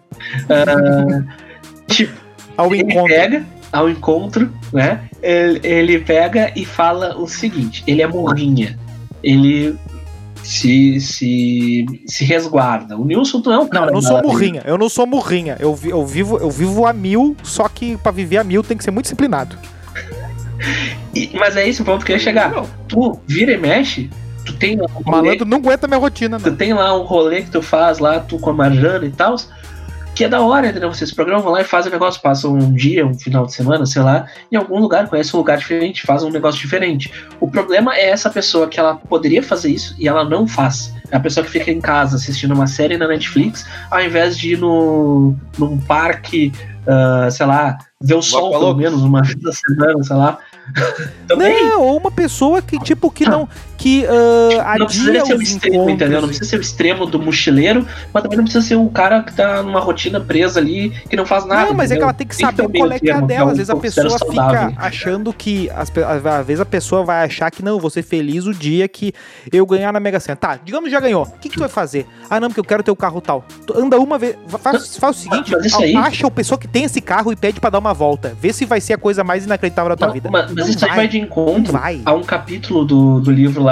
S3: Tipo,
S1: Ao
S3: ele
S1: encontro.
S3: pega ao encontro, né? Ele, ele pega e fala o seguinte: ele é morrinha, ele se, se, se resguarda. O Nilson não é um
S1: Não,
S3: cara.
S1: eu não sou
S3: maravilhoso.
S1: murrinha, eu não sou murrinha. Eu, vi- eu, vivo, eu vivo a mil, só que pra viver a mil tem que ser muito disciplinado.
S3: E- Mas é esse o ponto que eu ia chegar.
S2: Não.
S3: Tu vira e mexe, tu tem lá um
S1: O
S3: rolê,
S1: malandro não aguenta minha rotina,
S3: tu
S1: não.
S3: tem lá um rolê que tu faz lá, tu com a Marjana e tal, que é da hora, entendeu? Vocês programam lá e fazem o negócio, passam um dia, um final de semana, sei lá, em algum lugar, conhece um lugar diferente, faz um negócio diferente. O problema é essa pessoa que ela poderia fazer isso e ela não faz. É a pessoa que fica em casa assistindo uma série na Netflix, ao invés de ir no, num parque, ah, sei lá, ver o sol pelo
S2: Loucos.
S3: menos uma vez na semana, sei lá. Também
S1: Não, ou uma pessoa que, tipo, que não. Que ah,
S3: não precisa
S1: adia
S3: ser o
S1: os
S3: extremo,
S1: encontros.
S3: entendeu? Não precisa ser o extremo do mochileiro, mas também não precisa ser o cara que tá numa rotina presa ali, que não faz nada.
S1: Não, mas é que
S3: entendeu?
S1: ela tem que
S3: Tem que
S1: saber
S3: ter um
S1: qual é que é a
S3: meio termo, que
S1: dela.
S3: é
S1: Às
S3: um
S1: vezes a
S3: pouco
S1: pessoa
S3: saudável.
S1: fica achando que. As, pe- às vezes a pessoa vai achar que não, eu vou ser feliz o dia que eu ganhar na Mega Sena. Tá, digamos que já ganhou. O que, que tu vai fazer? Ah, não, porque eu quero ter o carro tal. Tu anda uma vez. Faz, faz o seguinte:
S3: Mas isso aí-
S1: acha o pessoa que tem esse carro e pede pra dar uma volta. Vê se vai ser a coisa mais inacreditável da tua
S3: Não,
S1: vida.
S3: mas mas
S1: Não
S3: isso aí vai de encontro
S1: Não vai.
S3: a um capítulo do, do livro lá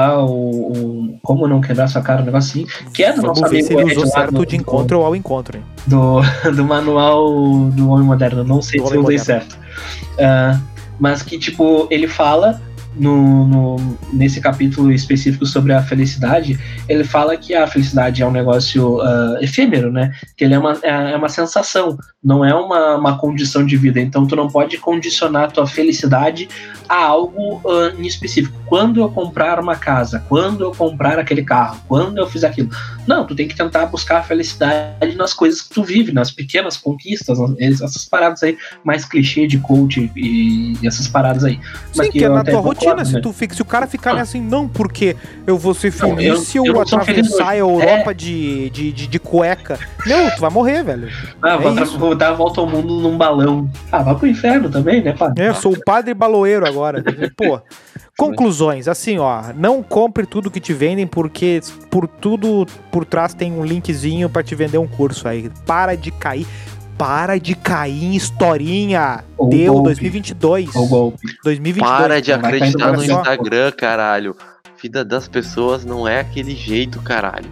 S3: lá o, o Como Não Quebrar Sua Cara, um negócio assim, que é do
S1: Vamos
S3: nosso
S1: ver
S3: amigo
S1: se ele
S3: Ed
S1: usou
S3: lá
S1: certo
S3: do,
S1: de encontro ou ao encontro, hein?
S3: do, do manual do Homem Moderno, não sei
S1: Do
S3: se eu
S1: Homem
S3: usei
S1: Moderno.
S3: certo. Uh, mas que, tipo, ele fala no, no, nesse capítulo específico sobre a felicidade, ele fala que a felicidade é um negócio uh, efêmero, né? Que ele é uma, é uma sensação, não é uma, uma condição de vida. Então tu não pode condicionar a tua felicidade a algo uh, em específico. Quando eu comprar uma casa, quando eu comprar aquele carro, quando eu fizer aquilo. Não, tu tem que tentar buscar a felicidade nas coisas que tu vive, nas pequenas conquistas, essas paradas aí, mais clichê de coach e, e essas paradas aí.
S1: Sim, que é na tua rotina, se, tu fica, se o cara ficar ah. assim, não, porque eu vou ser feliz não, eu, se eu, eu atravessar a Europa é. de, de, de, de cueca. Meu, tu vai morrer, velho.
S3: Ah,
S1: é
S3: vou, vou dar a volta ao mundo num balão. Ah, vai pro inferno também, né, padre?
S1: É, eu sou o padre baloeiro agora. Pô, conclusões, assim, ó, não compre tudo que te vendem, porque por tudo por trás tem um linkzinho pra te vender um curso aí. Para de cair. Para de cair em historinha. Ou Deu golpe. dois mil e vinte e dois.
S3: Ou golpe.
S1: dois mil e vinte e dois.
S2: Para de acreditar no Instagram, caralho. Vida das pessoas não é aquele jeito, caralho.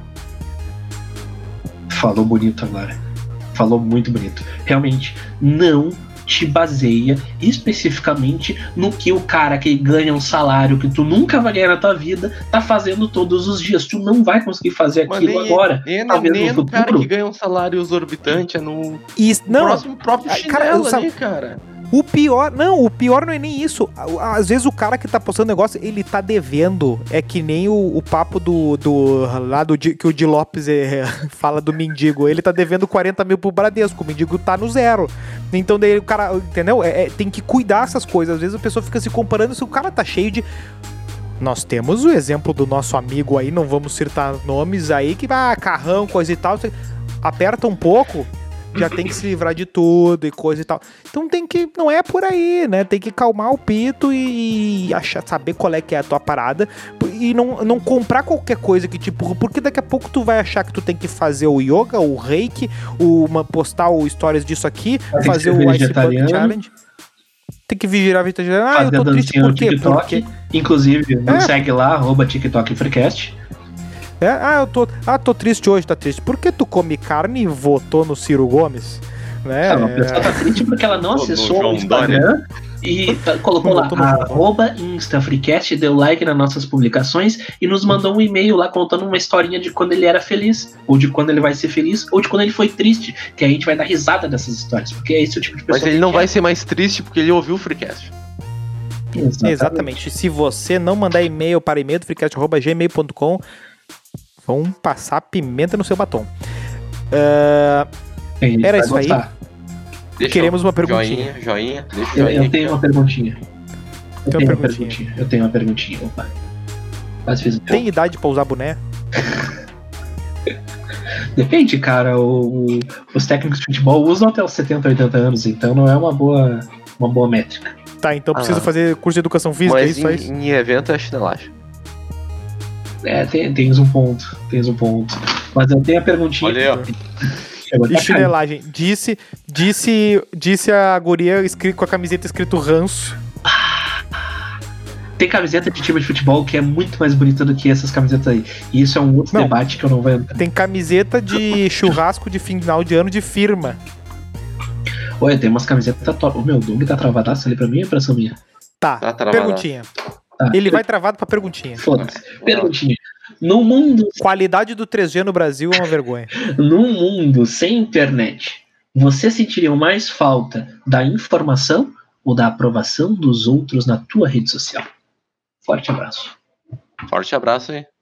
S3: Falou bonito agora. Falou muito bonito. Realmente, não te baseia especificamente no que o cara que ganha um salário que tu nunca vai ganhar na tua vida tá fazendo todos os dias. Tu não vai conseguir fazer
S2: Mas
S3: aquilo
S2: nem,
S3: agora.
S2: Nem,
S3: talvez
S2: nem
S3: no
S2: é
S3: futuro.
S2: O cara que ganha um salário exorbitante é no,
S1: Isso, não,
S2: no próximo próprio chinelo cara, ali, cara.
S1: O pior, não, o pior não é nem isso. Às vezes o cara que tá postando negócio, ele tá devendo. É que nem o, o papo do, do lá do que o Di Lopes é, fala do mendigo. Ele tá devendo quarenta mil pro Bradesco, o mendigo tá no zero. Então daí o cara, entendeu? É, é, tem que cuidar essas coisas. Às vezes a pessoa fica se comparando se o cara tá cheio de... Nós temos o exemplo do nosso amigo aí, não vamos citar nomes aí, que vai ah, carrão, coisa e tal. Você aperta um pouco... já tem que se livrar de tudo e coisa e tal. Então tem que, não é por aí, né? Tem que calmar o pito e achar, saber qual é que é a tua parada e não, não comprar qualquer coisa que tipo, porque daqui a pouco tu vai achar que tu tem que fazer o yoga, o reiki, o, uma, postar o stories disso aqui,
S3: tem
S1: fazer o Iceberg Challenge. Tem que vigiar a vegetariano. Ah, eu tô triste por quê? Porque...
S3: Inclusive,
S1: é.
S3: nos segue lá, arroba TikTok Freecast.
S1: É, ah, eu tô, ah, tô triste hoje, tá triste. Por que tu come carne e votou no Ciro Gomes? Né?
S3: Não, a pessoa tá triste porque ela não acessou o Instagram e tá, colocou lá, arroba InstaFreecast, deu like nas nossas publicações e nos mandou um e-mail lá contando uma historinha de quando ele era feliz, ou de quando ele vai ser feliz, ou de quando ele foi triste, que a gente vai dar risada dessas histórias, porque é esse o tipo de pessoa.
S2: Mas ele não vai ser mais triste porque ele ouviu o Freecast.
S1: Exatamente. Exatamente. Se você não mandar e-mail para e-mail do freecast arroba gmail ponto com, vão passar pimenta no seu batom. Uh, era isso
S3: gostar.
S1: aí. Deixa Queremos uma perguntinha.
S2: Joinha, joinha. Deixa
S3: eu,
S2: joinha
S3: eu tenho uma perguntinha. Eu
S1: tenho
S3: tenho
S1: uma
S3: uma perguntinha. Eu tenho uma perguntinha. Opa. Mas fiz um
S1: Tem idade pra usar boné?
S3: Depende, cara. O, o, os técnicos de futebol usam até os setenta, oitenta anos, então não é uma boa, uma boa métrica.
S1: Tá, então precisa ah. fazer curso de educação física,
S2: mas
S1: é isso?
S2: Em,
S1: isso?
S2: em evento é chinelagem.
S3: É, tem, tens um ponto. Tens um ponto. Mas eu tenho a perguntinha.
S2: Olha aí, ó.
S1: E chinelagem. Disse, disse, disse a guria escrito, com a camiseta escrito ranço.
S3: Tem camiseta de time de futebol que é muito mais bonita do que essas camisetas aí. E isso é um outro não, debate que eu não vou entrar.
S1: Tem camiseta de churrasco de final de ano de firma.
S3: Olha, tem umas camisetas top. O meu Doug tá travadaço ali pra mim, é impressão minha?
S1: Tá, tá perguntinha. Tá. Ele vai travado pra perguntinha.
S3: Foda-se. Perguntinha. No mundo...
S1: Qualidade do três G no Brasil é uma vergonha.
S3: Num mundo sem internet, você sentiria mais falta da informação ou da aprovação dos outros na tua rede social? Forte abraço.
S2: Forte abraço aí.